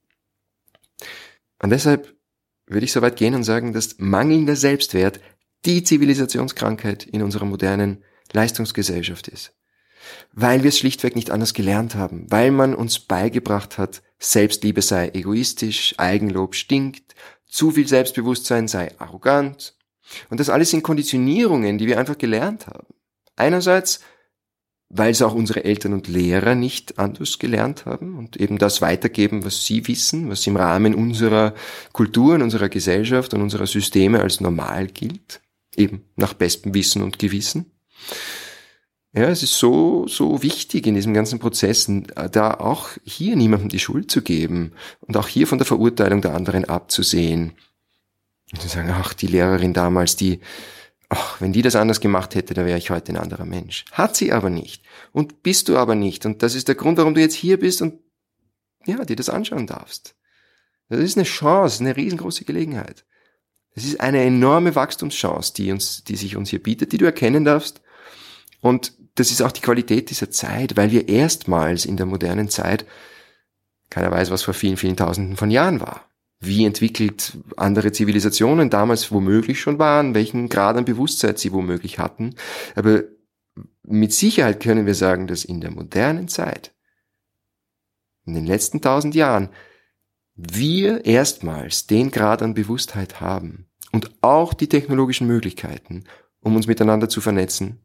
Und deshalb würde ich so weit gehen und sagen, dass mangelnder Selbstwert die Zivilisationskrankheit in unserer modernen Leistungsgesellschaft ist. Weil wir es schlichtweg nicht anders gelernt haben, weil man uns beigebracht hat, Selbstliebe sei egoistisch, Eigenlob stinkt, zu viel Selbstbewusstsein sei arrogant. Und das alles sind Konditionierungen, die wir einfach gelernt haben. Einerseits, weil es auch unsere Eltern und Lehrer nicht anders gelernt haben und eben das weitergeben, was sie wissen, was im Rahmen unserer Kultur, unserer Gesellschaft und unserer Systeme als normal gilt, eben nach bestem Wissen und Gewissen. Ja, es ist so wichtig in diesem ganzen Prozess, da auch hier niemandem die Schuld zu geben und auch hier von der Verurteilung der anderen abzusehen. Und zu sagen, ach, die Lehrerin damals, wenn die das anders gemacht hätte, da wäre ich heute ein anderer Mensch. Hat sie aber nicht. Und bist du aber nicht. Und das ist der Grund, warum du jetzt hier bist und ja, dir das anschauen darfst. Das ist eine Chance, eine riesengroße Gelegenheit. Es ist eine enorme Wachstumschance, die sich uns hier bietet, die du erkennen darfst. Und das ist auch die Qualität dieser Zeit, weil wir erstmals in der modernen Zeit, keiner weiß, was vor vielen, vielen Tausenden von Jahren war. Wie entwickelt andere Zivilisationen damals womöglich schon waren, welchen Grad an Bewusstsein sie womöglich hatten. Aber mit Sicherheit können wir sagen, dass in der modernen Zeit, in den letzten 1000 Jahren, wir erstmals den Grad an Bewusstheit haben und auch die technologischen Möglichkeiten, um uns miteinander zu vernetzen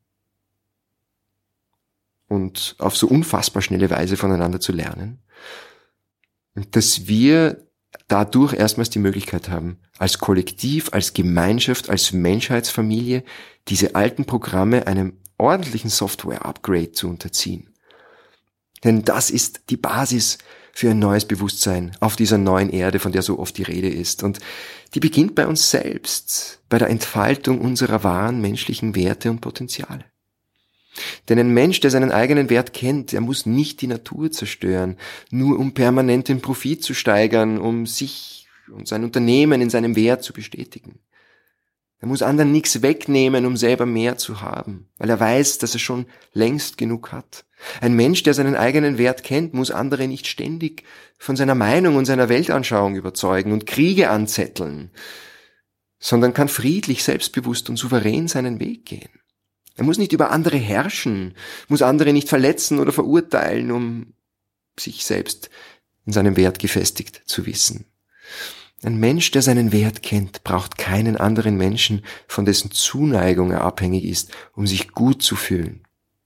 und auf so unfassbar schnelle Weise voneinander zu lernen, dass wir dadurch erstmals die Möglichkeit haben, als Kollektiv, als Gemeinschaft, als Menschheitsfamilie, diese alten Programme einem ordentlichen Software-Upgrade zu unterziehen. Denn das ist die Basis für ein neues Bewusstsein auf dieser neuen Erde, von der so oft die Rede ist. Und die beginnt bei uns selbst, bei der Entfaltung unserer wahren menschlichen Werte und Potenziale. Denn ein Mensch, der seinen eigenen Wert kennt, der muss nicht die Natur zerstören, nur um permanent den Profit zu steigern, um sich und sein Unternehmen in seinem Wert zu bestätigen. Er muss anderen nichts wegnehmen, um selber mehr zu haben, weil er weiß, dass er schon längst genug hat. Ein Mensch, der seinen eigenen Wert kennt, muss andere nicht ständig von seiner Meinung und seiner Weltanschauung überzeugen und Kriege anzetteln, sondern kann friedlich, selbstbewusst und souverän seinen Weg gehen. Er muss nicht über andere herrschen, muss andere nicht verletzen oder verurteilen, um sich selbst in seinem Wert gefestigt zu wissen. Ein Mensch, der seinen Wert kennt, braucht keinen anderen Menschen, von dessen Zuneigung er abhängig ist, um sich gut zu fühlen.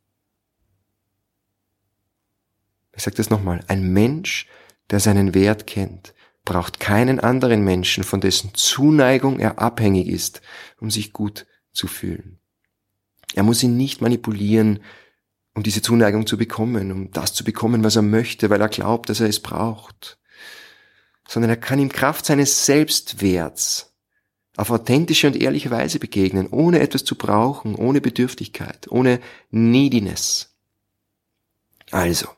Ich sage das nochmal. Ein Mensch, der seinen Wert kennt, braucht keinen anderen Menschen, von dessen Zuneigung er abhängig ist, um sich gut zu fühlen. Er muss ihn nicht manipulieren, um diese Zuneigung zu bekommen, um das zu bekommen, was er möchte, weil er glaubt, dass er es braucht. Sondern er kann ihm Kraft seines Selbstwerts auf authentische und ehrliche Weise begegnen, ohne etwas zu brauchen, ohne Bedürftigkeit, ohne Neediness. Also,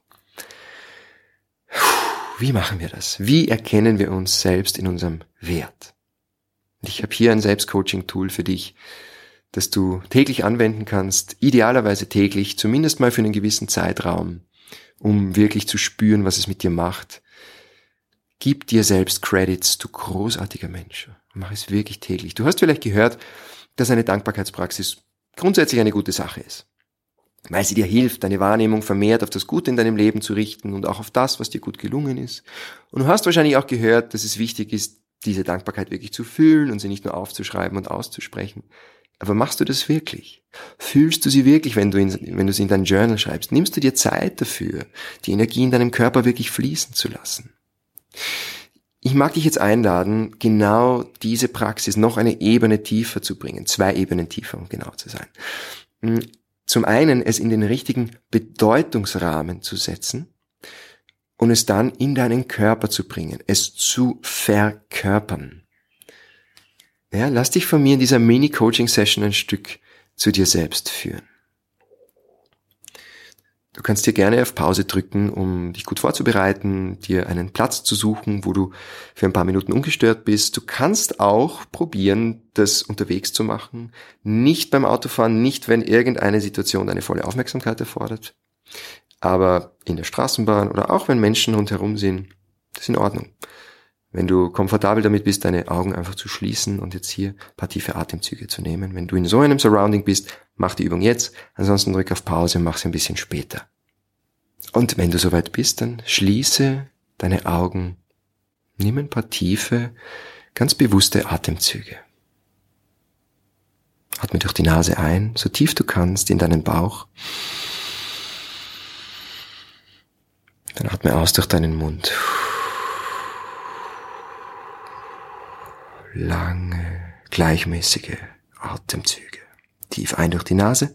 wie machen wir das? Wie erkennen wir uns selbst in unserem Wert? Ich habe hier ein Selbstcoaching-Tool für dich, das du täglich anwenden kannst, idealerweise täglich, zumindest mal für einen gewissen Zeitraum, um wirklich zu spüren, was es mit dir macht. Gib dir selbst Credits, du großartiger Mensch. Mach es wirklich täglich. Du hast vielleicht gehört, dass eine Dankbarkeitspraxis grundsätzlich eine gute Sache ist, weil sie dir hilft, deine Wahrnehmung vermehrt auf das Gute in deinem Leben zu richten und auch auf das, was dir gut gelungen ist. Und du hast wahrscheinlich auch gehört, dass es wichtig ist, diese Dankbarkeit wirklich zu fühlen und sie nicht nur aufzuschreiben und auszusprechen. Aber machst du das wirklich? Fühlst du sie wirklich, wenn du sie in dein Journal schreibst? Nimmst du dir Zeit dafür, die Energie in deinem Körper wirklich fließen zu lassen? Ich mag dich jetzt einladen, genau diese Praxis noch eine Ebene tiefer zu bringen. 2 Ebenen tiefer, um genau zu sein. Zum einen, es in den richtigen Bedeutungsrahmen zu setzen und es dann in deinen Körper zu bringen, es zu verkörpern. Ja, lass dich von mir in dieser Mini-Coaching-Session ein Stück zu dir selbst führen. Du kannst dir gerne auf Pause drücken, um dich gut vorzubereiten, dir einen Platz zu suchen, wo du für ein paar Minuten ungestört bist. Du kannst auch probieren, das unterwegs zu machen. Nicht beim Autofahren, nicht wenn irgendeine Situation deine volle Aufmerksamkeit erfordert. Aber in der Straßenbahn oder auch wenn Menschen rundherum sind, das ist in Ordnung. Wenn du komfortabel damit bist, deine Augen einfach zu schließen und jetzt hier ein paar tiefe Atemzüge zu nehmen. Wenn du in so einem Surrounding bist, mach die Übung jetzt. Ansonsten drück auf Pause und mach sie ein bisschen später. Und wenn du soweit bist, dann schließe deine Augen. Nimm ein paar tiefe, ganz bewusste Atemzüge. Atme durch die Nase ein, so tief du kannst, in deinen Bauch. Dann atme aus durch deinen Mund. Lange, gleichmäßige Atemzüge. Tief ein durch die Nase.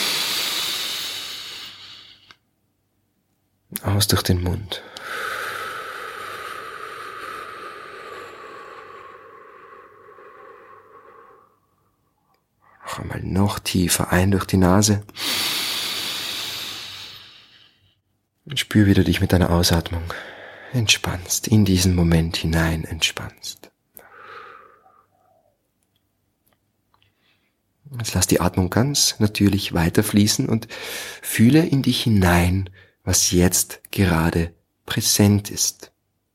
Aus durch den Mund. Noch einmal noch tiefer ein durch die Nase. Und spür, wie du dich mit deiner Ausatmung entspannst, in diesen Moment hinein entspannst. Jetzt lass die Atmung ganz natürlich weiterfließen und fühle in dich hinein, was jetzt gerade präsent ist.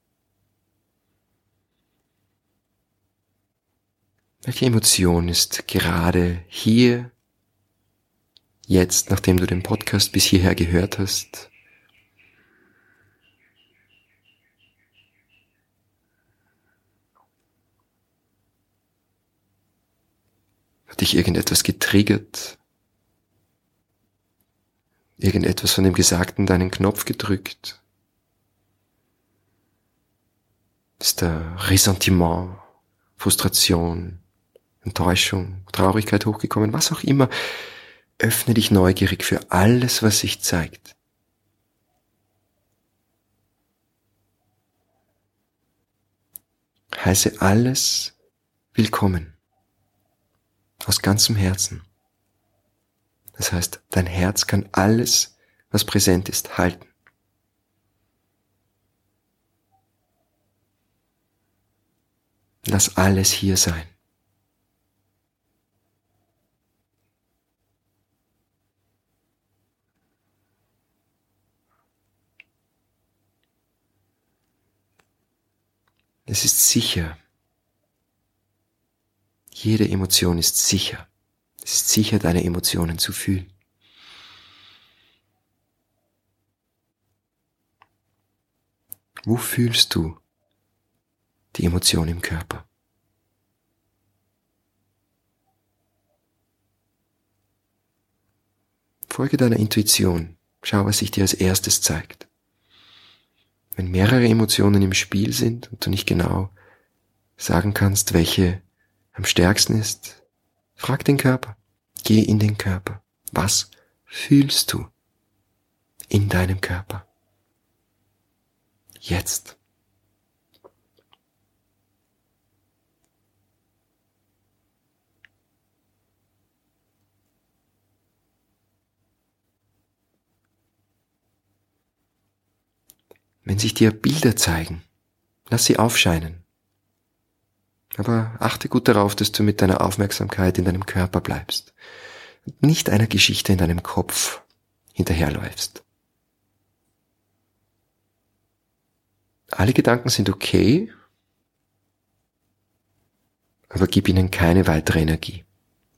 Welche Emotion ist gerade hier, jetzt, nachdem du den Podcast bis hierher gehört hast? Hat dich irgendetwas getriggert? Irgendetwas von dem Gesagten deinen Knopf gedrückt? Ist da Ressentiment, Frustration, Enttäuschung, Traurigkeit hochgekommen? Was auch immer. Öffne dich neugierig für alles, was sich zeigt. Heiße alles willkommen. Aus ganzem Herzen. Das heißt, dein Herz kann alles, was präsent ist, halten. Lass alles hier sein. Es ist sicher. Jede Emotion ist sicher. Es ist sicher, deine Emotionen zu fühlen. Wo fühlst du die Emotion im Körper? Folge deiner Intuition. Schau, was sich dir als erstes zeigt. Wenn mehrere Emotionen im Spiel sind und du nicht genau sagen kannst, welche am stärksten ist, frag den Körper. Geh in den Körper. Was fühlst du in deinem Körper? Jetzt. Wenn sich dir Bilder zeigen, lass sie aufscheinen. Aber achte gut darauf, dass du mit deiner Aufmerksamkeit in deinem Körper bleibst und nicht einer Geschichte in deinem Kopf hinterherläufst. Alle Gedanken sind okay, aber gib ihnen keine weitere Energie.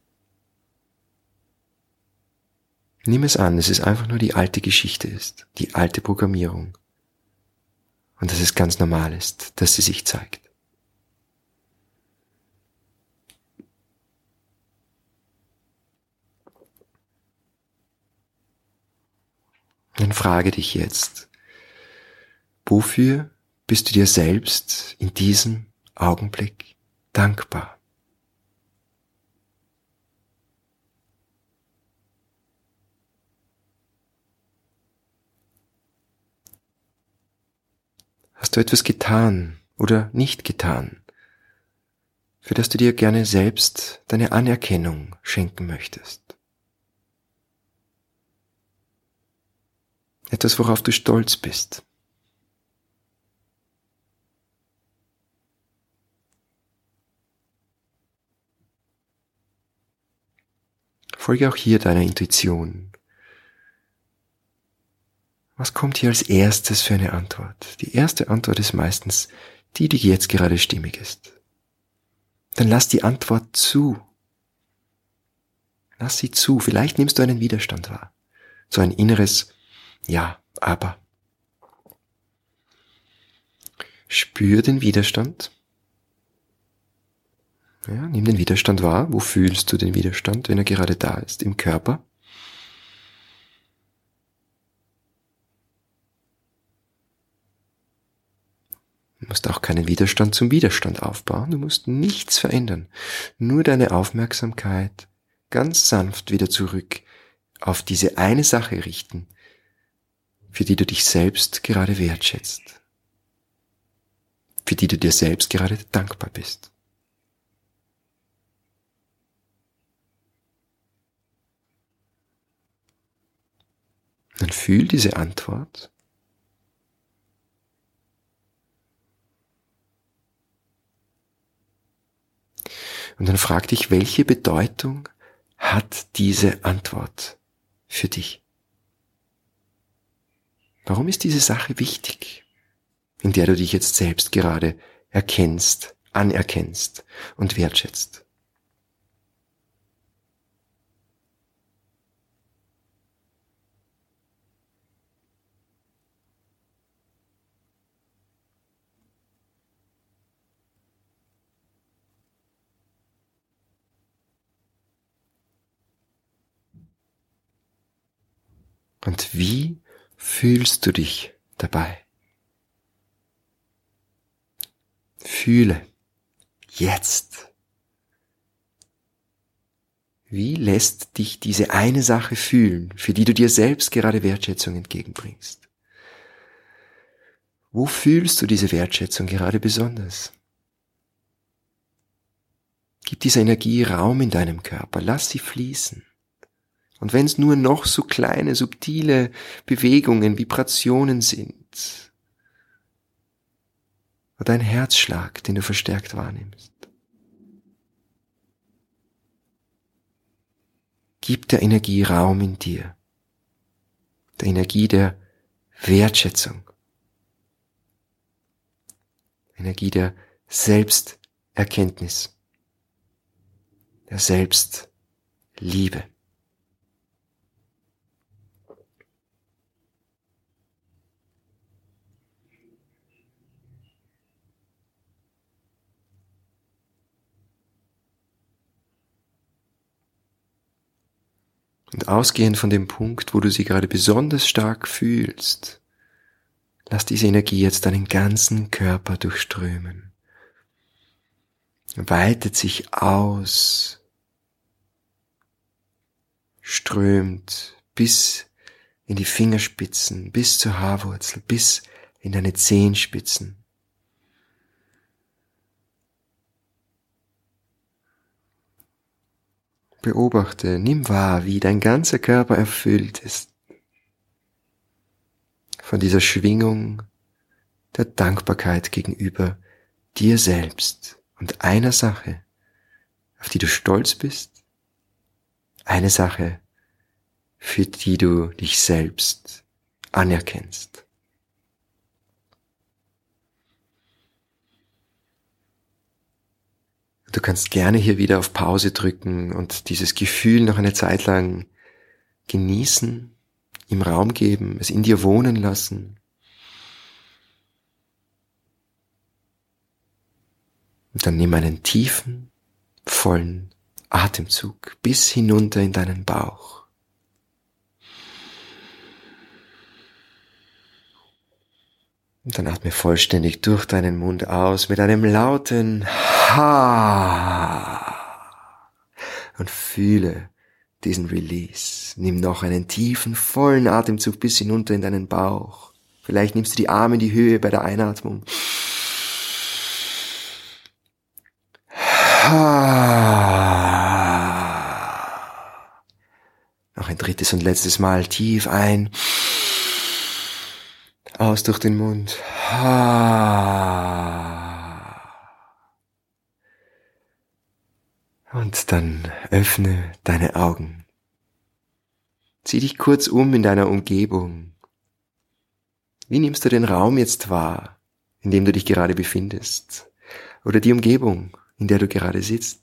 Nimm es an, dass es einfach nur die alte Geschichte ist, die alte Programmierung. Und dass es ganz normal ist, dass sie sich zeigt. Dann frage dich jetzt, wofür bist du dir selbst in diesem Augenblick dankbar? Hast du etwas getan oder nicht getan, für das du dir gerne selbst deine Anerkennung schenken möchtest? Etwas, worauf du stolz bist. Folge auch hier deiner Intuition. Was kommt hier als erstes für eine Antwort? Die erste Antwort ist meistens die, die jetzt gerade stimmig ist. Dann lass die Antwort zu. Lass sie zu. Vielleicht nimmst du einen Widerstand wahr. So ein inneres Ja, aber. Spür den Widerstand. Ja, nimm den Widerstand wahr. Wo fühlst du den Widerstand, wenn er gerade da ist? Im Körper? Du musst auch keinen Widerstand zum Widerstand aufbauen. Du musst nichts verändern. Nur deine Aufmerksamkeit ganz sanft wieder zurück auf diese eine Sache richten, für die du dich selbst gerade wertschätzt. Für die du dir selbst gerade dankbar bist. Dann fühl diese Antwort. Und dann frag dich, welche Bedeutung hat diese Antwort für dich? Warum ist diese Sache wichtig, in der du dich jetzt selbst gerade erkennst, anerkennst und wertschätzt? Und wie fühlst du dich dabei? Fühle jetzt. Wie lässt dich diese eine Sache fühlen, für die du dir selbst gerade Wertschätzung entgegenbringst? Wo fühlst du diese Wertschätzung gerade besonders? Gib dieser Energie Raum in deinem Körper, lass sie fließen. Und wenn es nur noch so kleine, subtile Bewegungen, Vibrationen sind, oder ein Herzschlag, den du verstärkt wahrnimmst, gib der Energie Raum in dir, der Energie der Wertschätzung, Energie der Selbsterkenntnis, der Selbstliebe. Und ausgehend von dem Punkt, wo du sie gerade besonders stark fühlst, lass diese Energie jetzt deinen ganzen Körper durchströmen. Weitet sich aus, strömt bis in die Fingerspitzen, bis zur Haarwurzel, bis in deine Zehenspitzen. Beobachte, nimm wahr, wie dein ganzer Körper erfüllt ist von dieser Schwingung der Dankbarkeit gegenüber dir selbst und einer Sache, auf die du stolz bist, eine Sache, für die du dich selbst anerkennst. Du kannst gerne hier wieder auf Pause drücken und dieses Gefühl noch eine Zeit lang genießen, ihm Raum geben, es in dir wohnen lassen. Und dann nimm einen tiefen, vollen Atemzug bis hinunter in deinen Bauch. Und dann atme vollständig durch deinen Mund aus mit einem lauten Ha. Und fühle diesen Release. Nimm noch einen tiefen, vollen Atemzug bis hinunter in deinen Bauch. Vielleicht nimmst du die Arme in die Höhe bei der Einatmung. Noch ein drittes und letztes Mal tief ein. Aus durch den Mund. Und dann öffne deine Augen. Zieh dich kurz um in deiner Umgebung. Wie nimmst du den Raum jetzt wahr, in dem du dich gerade befindest? Oder die Umgebung, in der du gerade sitzt?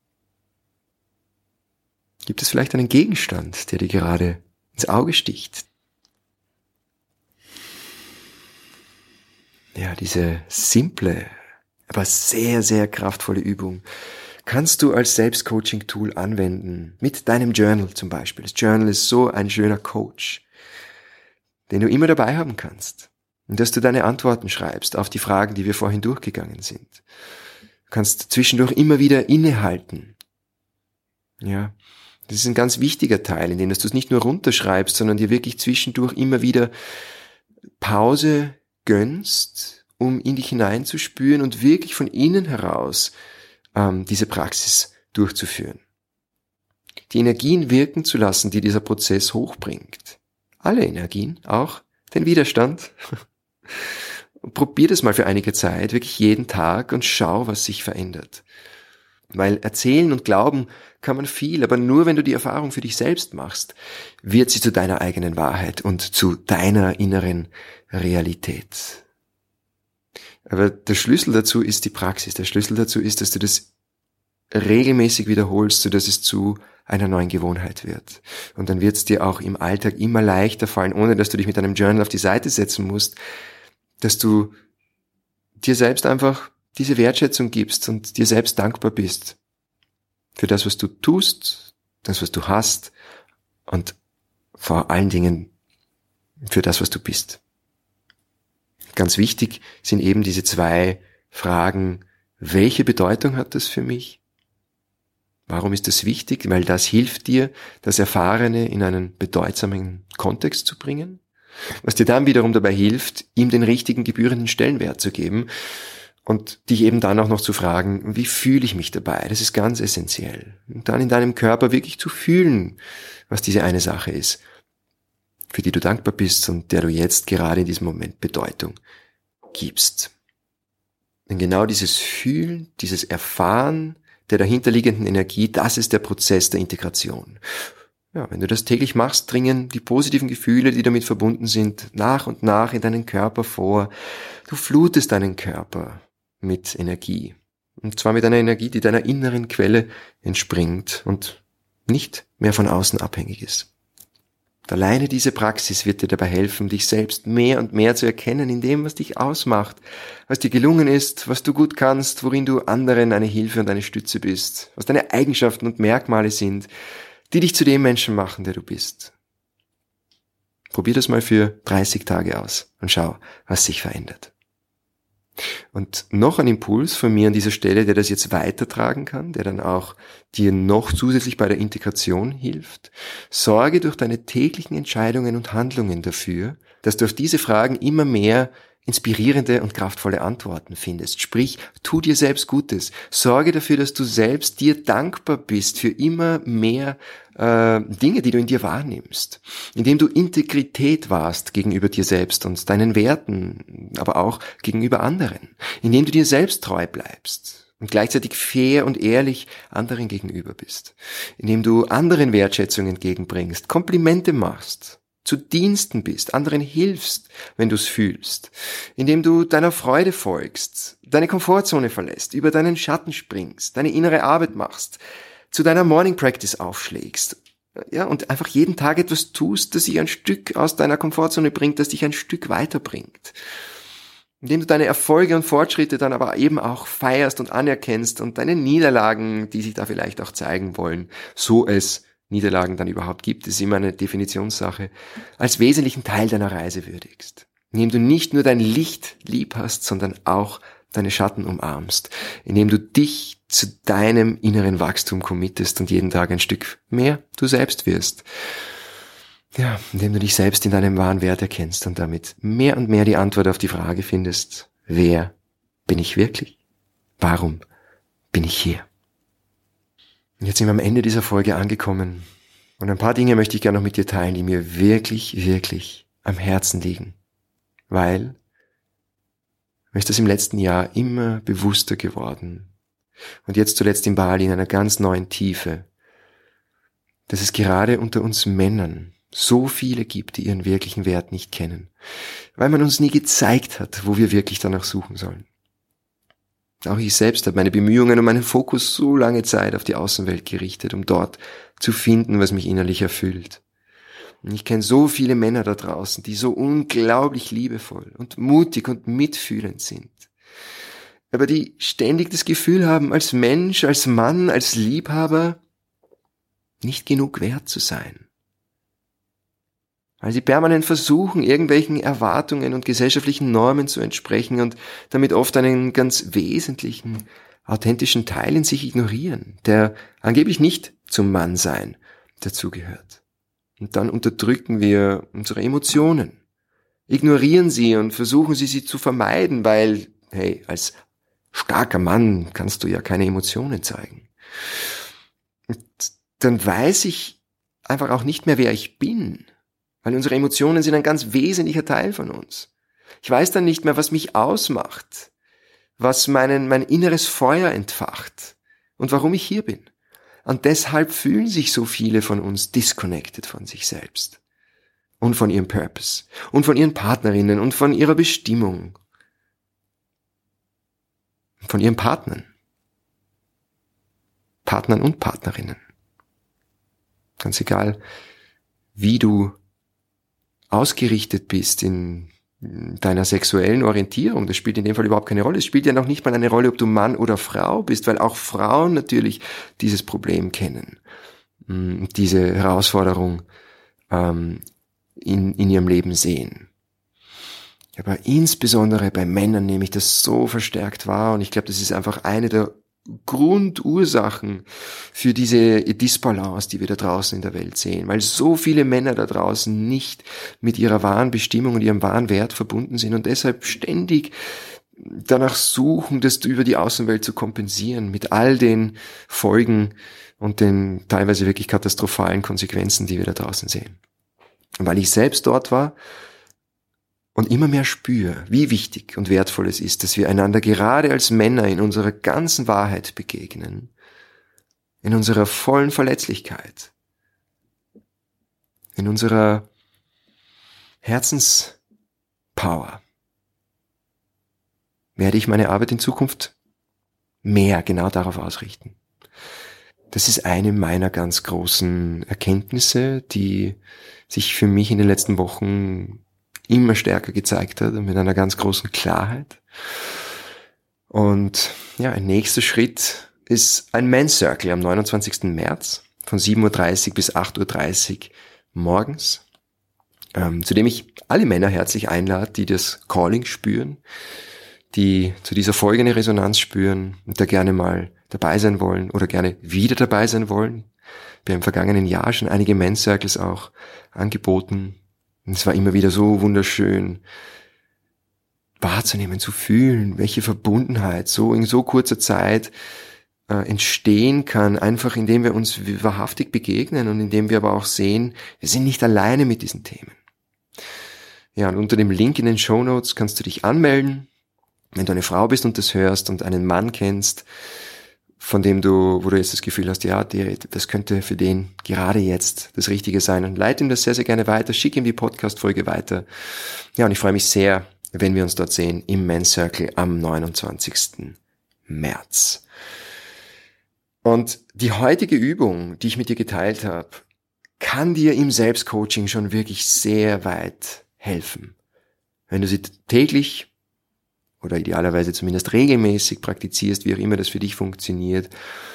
Gibt es vielleicht einen Gegenstand, der dir gerade ins Auge sticht? Ja, diese simple, aber sehr, sehr kraftvolle Übung kannst du als Selbstcoaching-Tool anwenden. Mit deinem Journal zum Beispiel. Das Journal ist so ein schöner Coach, den du immer dabei haben kannst. Und dass du deine Antworten schreibst auf die Fragen, die wir vorhin durchgegangen sind. Du kannst zwischendurch immer wieder innehalten. Ja, das ist ein ganz wichtiger Teil, in dem du es nicht nur runterschreibst, sondern dir wirklich zwischendurch immer wieder Pause gönnst, um in dich hineinzuspüren und wirklich von innen heraus diese Praxis durchzuführen. Die Energien wirken zu lassen, die dieser Prozess hochbringt. Alle Energien, auch den Widerstand. Probier das mal für einige Zeit, wirklich jeden Tag und schau, was sich verändert. Weil erzählen und glauben kann man viel, aber nur wenn du die Erfahrung für dich selbst machst, wird sie zu deiner eigenen Wahrheit und zu deiner inneren Realität. Aber der Schlüssel dazu ist die Praxis. Der Schlüssel dazu ist, dass du das regelmäßig wiederholst, sodass es zu einer neuen Gewohnheit wird. Und dann wird es dir auch im Alltag immer leichter fallen, ohne dass du dich mit deinem Journal auf die Seite setzen musst, dass du dir selbst einfach diese Wertschätzung gibst und dir selbst dankbar bist für das, was du tust, das, was du hast und vor allen Dingen für das, was du bist. Ganz wichtig sind eben diese zwei Fragen. Welche Bedeutung hat das für mich? Warum ist das wichtig? Weil das hilft dir, das Erfahrene in einen bedeutsamen Kontext zu bringen, was dir dann wiederum dabei hilft, ihm den richtigen gebührenden Stellenwert zu geben und dich eben dann auch noch zu fragen, wie fühle ich mich dabei? Das ist ganz essentiell. Und dann in deinem Körper wirklich zu fühlen, was diese eine Sache ist, für die du dankbar bist und der du jetzt gerade in diesem Moment Bedeutung gibst. Denn genau dieses Fühlen, dieses Erfahren der dahinterliegenden Energie, das ist der Prozess der Integration. Ja, wenn du das täglich machst, dringen die positiven Gefühle, die damit verbunden sind, nach und nach in deinen Körper vor. Du flutest deinen Körper mit Energie. Und zwar mit einer Energie, die deiner inneren Quelle entspringt und nicht mehr von außen abhängig ist. Und alleine diese Praxis wird dir dabei helfen, dich selbst mehr und mehr zu erkennen in dem, was dich ausmacht, was dir gelungen ist, was du gut kannst, worin du anderen eine Hilfe und eine Stütze bist, was deine Eigenschaften und Merkmale sind, die dich zu dem Menschen machen, der du bist. Probier das mal für 30 Tage aus und schau, was sich verändert. Und noch ein Impuls von mir an dieser Stelle, der das jetzt weitertragen kann, der dann auch dir noch zusätzlich bei der Integration hilft. Sorge durch deine täglichen Entscheidungen und Handlungen dafür, dass du auf diese Fragen immer mehr inspirierende und kraftvolle Antworten findest. Sprich, tu dir selbst Gutes. Sorge dafür, dass du selbst dir dankbar bist für immer mehr Dinge, die du in dir wahrnimmst. Indem du Integrität wahrst gegenüber dir selbst und deinen Werten, aber auch gegenüber anderen. Indem du dir selbst treu bleibst und gleichzeitig fair und ehrlich anderen gegenüber bist. Indem du anderen Wertschätzung entgegenbringst, Komplimente machst, zu Diensten bist, anderen hilfst, wenn du es fühlst, indem du deiner Freude folgst, deine Komfortzone verlässt, über deinen Schatten springst, deine innere Arbeit machst, zu deiner Morning Practice aufschlägst, ja, und einfach jeden Tag etwas tust, das dich ein Stück aus deiner Komfortzone bringt, das dich ein Stück weiterbringt. Indem du deine Erfolge und Fortschritte dann aber eben auch feierst und anerkennst und deine Niederlagen, die sich da vielleicht auch zeigen wollen, so es Niederlagen dann überhaupt gibt, ist immer eine Definitionssache, als wesentlichen Teil deiner Reise würdigst. indem du nicht nur dein Licht lieb hast, sondern auch deine Schatten umarmst, indem du dich zu deinem inneren Wachstum committest und jeden Tag ein Stück mehr du selbst wirst. Ja, indem du dich selbst in deinem wahren Wert erkennst und damit mehr und mehr die Antwort auf die Frage findest, wer bin ich wirklich? Warum bin ich hier? Und jetzt sind wir am Ende dieser Folge angekommen und ein paar Dinge möchte ich gerne noch mit dir teilen, die mir wirklich, wirklich am Herzen liegen, weil mir ist das im letzten Jahr immer bewusster geworden und jetzt zuletzt in Bali in einer ganz neuen Tiefe, dass es gerade unter uns Männern so viele gibt, die ihren wirklichen Wert nicht kennen, weil man uns nie gezeigt hat, wo wir wirklich danach suchen sollen. Auch ich selbst habe meine Bemühungen und meinen Fokus so lange Zeit auf die Außenwelt gerichtet, um dort zu finden, was mich innerlich erfüllt. Und ich kenne so viele Männer da draußen, die so unglaublich liebevoll und mutig und mitfühlend sind, aber die ständig das Gefühl haben, als Mensch, als Mann, als Liebhaber nicht genug wert zu sein. Weil sie permanent versuchen, irgendwelchen Erwartungen und gesellschaftlichen Normen zu entsprechen und damit oft einen ganz wesentlichen, authentischen Teil in sich ignorieren, der angeblich nicht zum Mannsein dazugehört. Und dann unterdrücken wir unsere Emotionen, ignorieren sie und versuchen sie zu vermeiden, weil, hey, als starker Mann kannst du ja keine Emotionen zeigen. Und dann weiß ich einfach auch nicht mehr, wer ich bin. Weil unsere Emotionen sind ein ganz wesentlicher Teil von uns. Ich weiß dann nicht mehr, was mich ausmacht, was mein inneres Feuer entfacht und warum ich hier bin. Und deshalb fühlen sich so viele von uns disconnected von sich selbst und von ihrem Purpose und von ihren Partnerinnen und von ihrer Bestimmung und von ihren Partnern und Partnerinnen. Ganz egal, wie du ausgerichtet bist in deiner sexuellen Orientierung, das spielt in dem Fall überhaupt keine Rolle. Es spielt ja noch nicht mal eine Rolle, ob du Mann oder Frau bist, weil auch Frauen natürlich dieses Problem kennen, diese Herausforderung in ihrem Leben sehen. Aber insbesondere bei Männern nehme ich das so verstärkt wahr und ich glaube, das ist einfach eine der Grundursachen für diese Disbalance, die wir da draußen in der Welt sehen, weil so viele Männer da draußen nicht mit ihrer wahren Bestimmung und ihrem wahren Wert verbunden sind und deshalb ständig danach suchen, das über die Außenwelt zu kompensieren, mit all den Folgen und den teilweise wirklich katastrophalen Konsequenzen, die wir da draußen sehen. Und weil ich selbst dort war und immer mehr spüre, wie wichtig und wertvoll es ist, dass wir einander gerade als Männer in unserer ganzen Wahrheit begegnen, in unserer vollen Verletzlichkeit, in unserer Herzenspower, werde ich meine Arbeit in Zukunft mehr genau darauf ausrichten. Das ist eine meiner ganz großen Erkenntnisse, die sich für mich in den letzten Wochen immer stärker gezeigt hat und mit einer ganz großen Klarheit. Und ja, ein nächster Schritt ist ein Men's Circle am 29. März von 7:30 Uhr bis 8:30 Uhr morgens, zu dem ich alle Männer herzlich einlade, die das Calling spüren, die zu dieser Folge eine Resonanz spüren und da gerne mal dabei sein wollen oder gerne wieder dabei sein wollen. Wir haben im vergangenen Jahr schon einige Men's Circles auch angeboten. Und es war immer wieder so wunderschön wahrzunehmen, zu fühlen, welche Verbundenheit so in so kurzer Zeit entstehen kann, einfach indem wir uns wahrhaftig begegnen und indem wir aber auch sehen, wir sind nicht alleine mit diesen Themen. Ja, und unter dem Link in den Shownotes kannst du dich anmelden, wenn du eine Frau bist und das hörst und einen Mann kennst, von dem wo du jetzt das Gefühl hast, ja, das könnte für den gerade jetzt das Richtige sein. Und leite ihm das sehr, sehr gerne weiter, schick ihm die Podcast-Folge weiter. Ja, und ich freue mich sehr, wenn wir uns dort sehen im Men's Circle am 29. März. Und die heutige Übung, die ich mit dir geteilt habe, kann dir im Selbstcoaching schon wirklich sehr weit helfen. Wenn du sie täglich oder idealerweise zumindest regelmäßig praktizierst, wie auch immer das für dich funktioniert.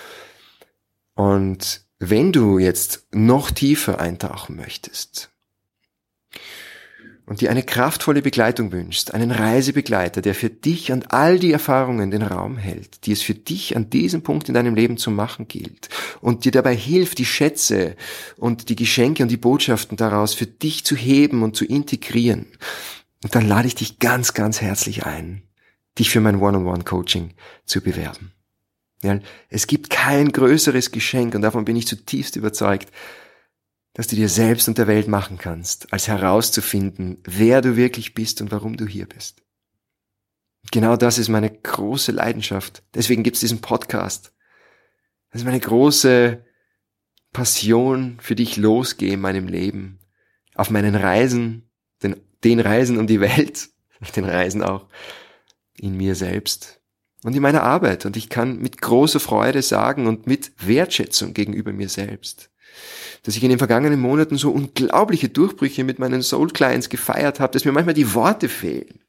Und wenn du jetzt noch tiefer eintauchen möchtest und dir eine kraftvolle Begleitung wünschst, einen Reisebegleiter, der für dich und all die Erfahrungen den Raum hält, die es für dich an diesem Punkt in deinem Leben zu machen gilt und dir dabei hilft, die Schätze und die Geschenke und die Botschaften daraus für dich zu heben und zu integrieren, und dann lade ich dich ganz, ganz herzlich ein, dich für mein One-on-One-Coaching zu bewerben. Ja, es gibt kein größeres Geschenk, und davon bin ich zutiefst überzeugt, dass du dir selbst und der Welt machen kannst, als herauszufinden, wer du wirklich bist und warum du hier bist. Genau das ist meine große Leidenschaft. Deswegen gibt es diesen Podcast. Das ist meine große Passion, für die ich losgehe in meinem Leben. Auf meinen Reisen, den Reisen um die Welt, den Reisen auch in mir selbst und in meiner Arbeit. Und ich kann mit großer Freude sagen und mit Wertschätzung gegenüber mir selbst, dass ich in den vergangenen Monaten so unglaubliche Durchbrüche mit meinen Soul Clients gefeiert habe, dass mir manchmal die Worte fehlen.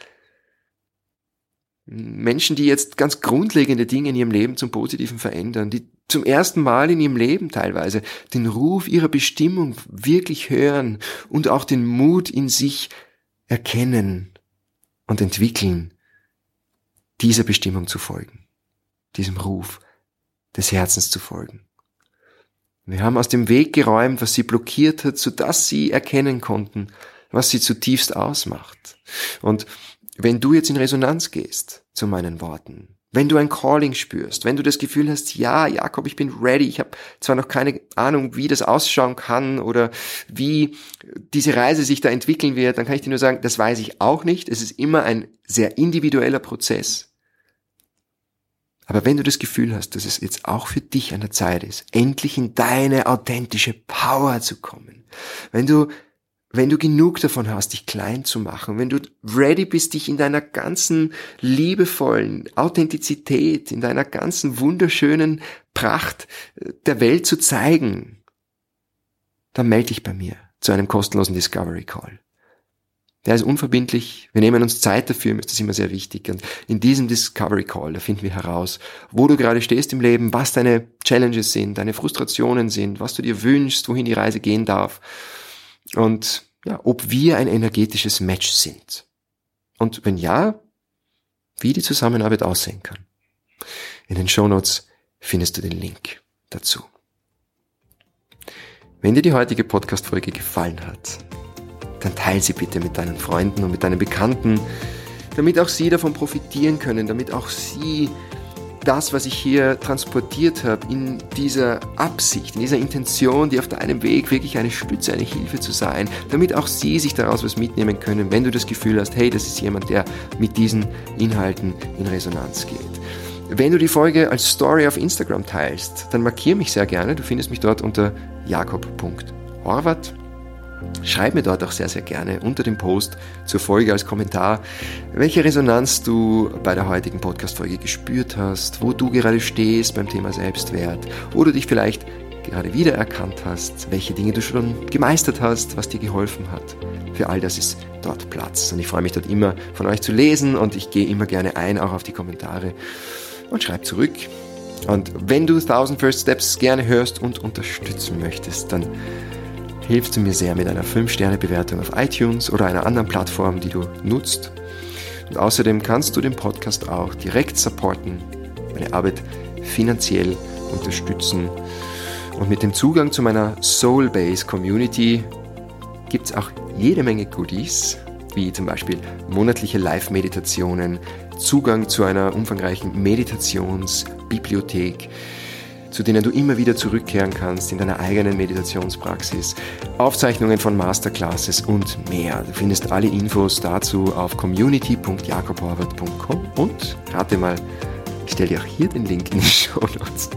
Menschen, die jetzt ganz grundlegende Dinge in ihrem Leben zum Positiven verändern, die zum ersten Mal in ihrem Leben teilweise den Ruf ihrer Bestimmung wirklich hören und auch den Mut in sich erkennen und entwickeln, dieser Bestimmung zu folgen, diesem Ruf des Herzens zu folgen. Wir haben aus dem Weg geräumt, was sie blockiert hat, sodass sie erkennen konnten, was sie zutiefst ausmacht. Und wenn du jetzt in Resonanz gehst zu meinen Worten, wenn du ein Calling spürst, wenn du das Gefühl hast, ja, Jakob, ich bin ready, ich habe zwar noch keine Ahnung, wie das ausschauen kann oder wie diese Reise sich da entwickeln wird, dann kann ich dir nur sagen, das weiß ich auch nicht. Es ist immer ein sehr individueller Prozess. Aber wenn du das Gefühl hast, dass es jetzt auch für dich an der Zeit ist, endlich in deine authentische Power zu kommen, wenn du genug davon hast, dich klein zu machen, wenn du ready bist, dich in deiner ganzen liebevollen Authentizität, in deiner ganzen wunderschönen Pracht der Welt zu zeigen, dann melde dich bei mir zu einem kostenlosen Discovery Call. Der ist unverbindlich, wir nehmen uns Zeit dafür, mir ist das immer sehr wichtig. Und in diesem Discovery Call, da finden wir heraus, wo du gerade stehst im Leben, was deine Challenges sind, deine Frustrationen sind, was du dir wünschst, wohin die Reise gehen darf. Und ja, ob wir ein energetisches Match sind. Und wenn ja, wie die Zusammenarbeit aussehen kann. In den Shownotes findest du den Link dazu. Wenn dir die heutige Podcast-Folge gefallen hat, dann teile sie bitte mit deinen Freunden und mit deinen Bekannten, damit auch sie davon profitieren können, damit auch sie das, was ich hier transportiert habe, in dieser Absicht, in dieser Intention, die auf deinem Weg wirklich eine Stütze, eine Hilfe zu sein, damit auch sie sich daraus was mitnehmen können, wenn du das Gefühl hast, hey, das ist jemand, der mit diesen Inhalten in Resonanz geht. Wenn du die Folge als Story auf Instagram teilst, dann markiere mich sehr gerne. Du findest mich dort unter jakob.horvath. Schreib mir dort auch sehr, sehr gerne unter dem Post zur Folge als Kommentar, welche Resonanz du bei der heutigen Podcast-Folge gespürt hast, wo du gerade stehst beim Thema Selbstwert, wo du dich vielleicht gerade wiedererkannt hast, welche Dinge du schon gemeistert hast, was dir geholfen hat. Für all das ist dort Platz und ich freue mich dort immer von euch zu lesen und ich gehe immer gerne ein, auch auf die Kommentare und schreib zurück. Und wenn du 1000 First Steps gerne hörst und unterstützen möchtest, dann hilfst du mir sehr mit einer 5-Sterne-Bewertung auf iTunes oder einer anderen Plattform, die du nutzt. Und außerdem kannst du den Podcast auch direkt supporten, meine Arbeit finanziell unterstützen. Und mit dem Zugang zu meiner Soulbase Community gibt es auch jede Menge Goodies, wie zum Beispiel monatliche Live-Meditationen, Zugang zu einer umfangreichen Meditationsbibliothek, zu denen du immer wieder zurückkehren kannst in deiner eigenen Meditationspraxis, Aufzeichnungen von Masterclasses und mehr. Du findest alle Infos dazu auf community.jakobhorvath.com und rate mal, ich stelle dir auch hier den Link in die Shownotes.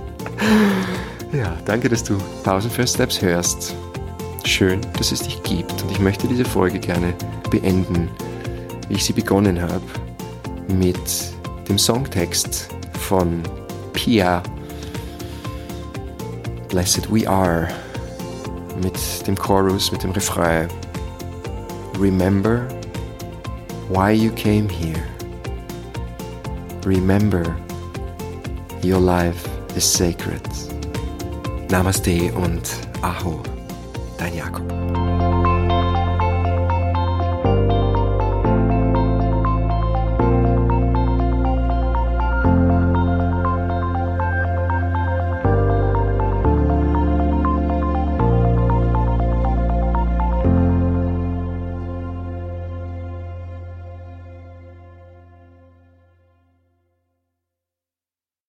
Ja, danke, dass du 1000 First Steps hörst. Schön, dass es dich gibt und ich möchte diese Folge gerne beenden, wie ich sie begonnen habe, mit dem Songtext von Pia. Blessed we are, mit dem Chorus, mit dem Refrain. Remember why you came here. Remember your life is sacred. Namaste und Aho, dein Jakob.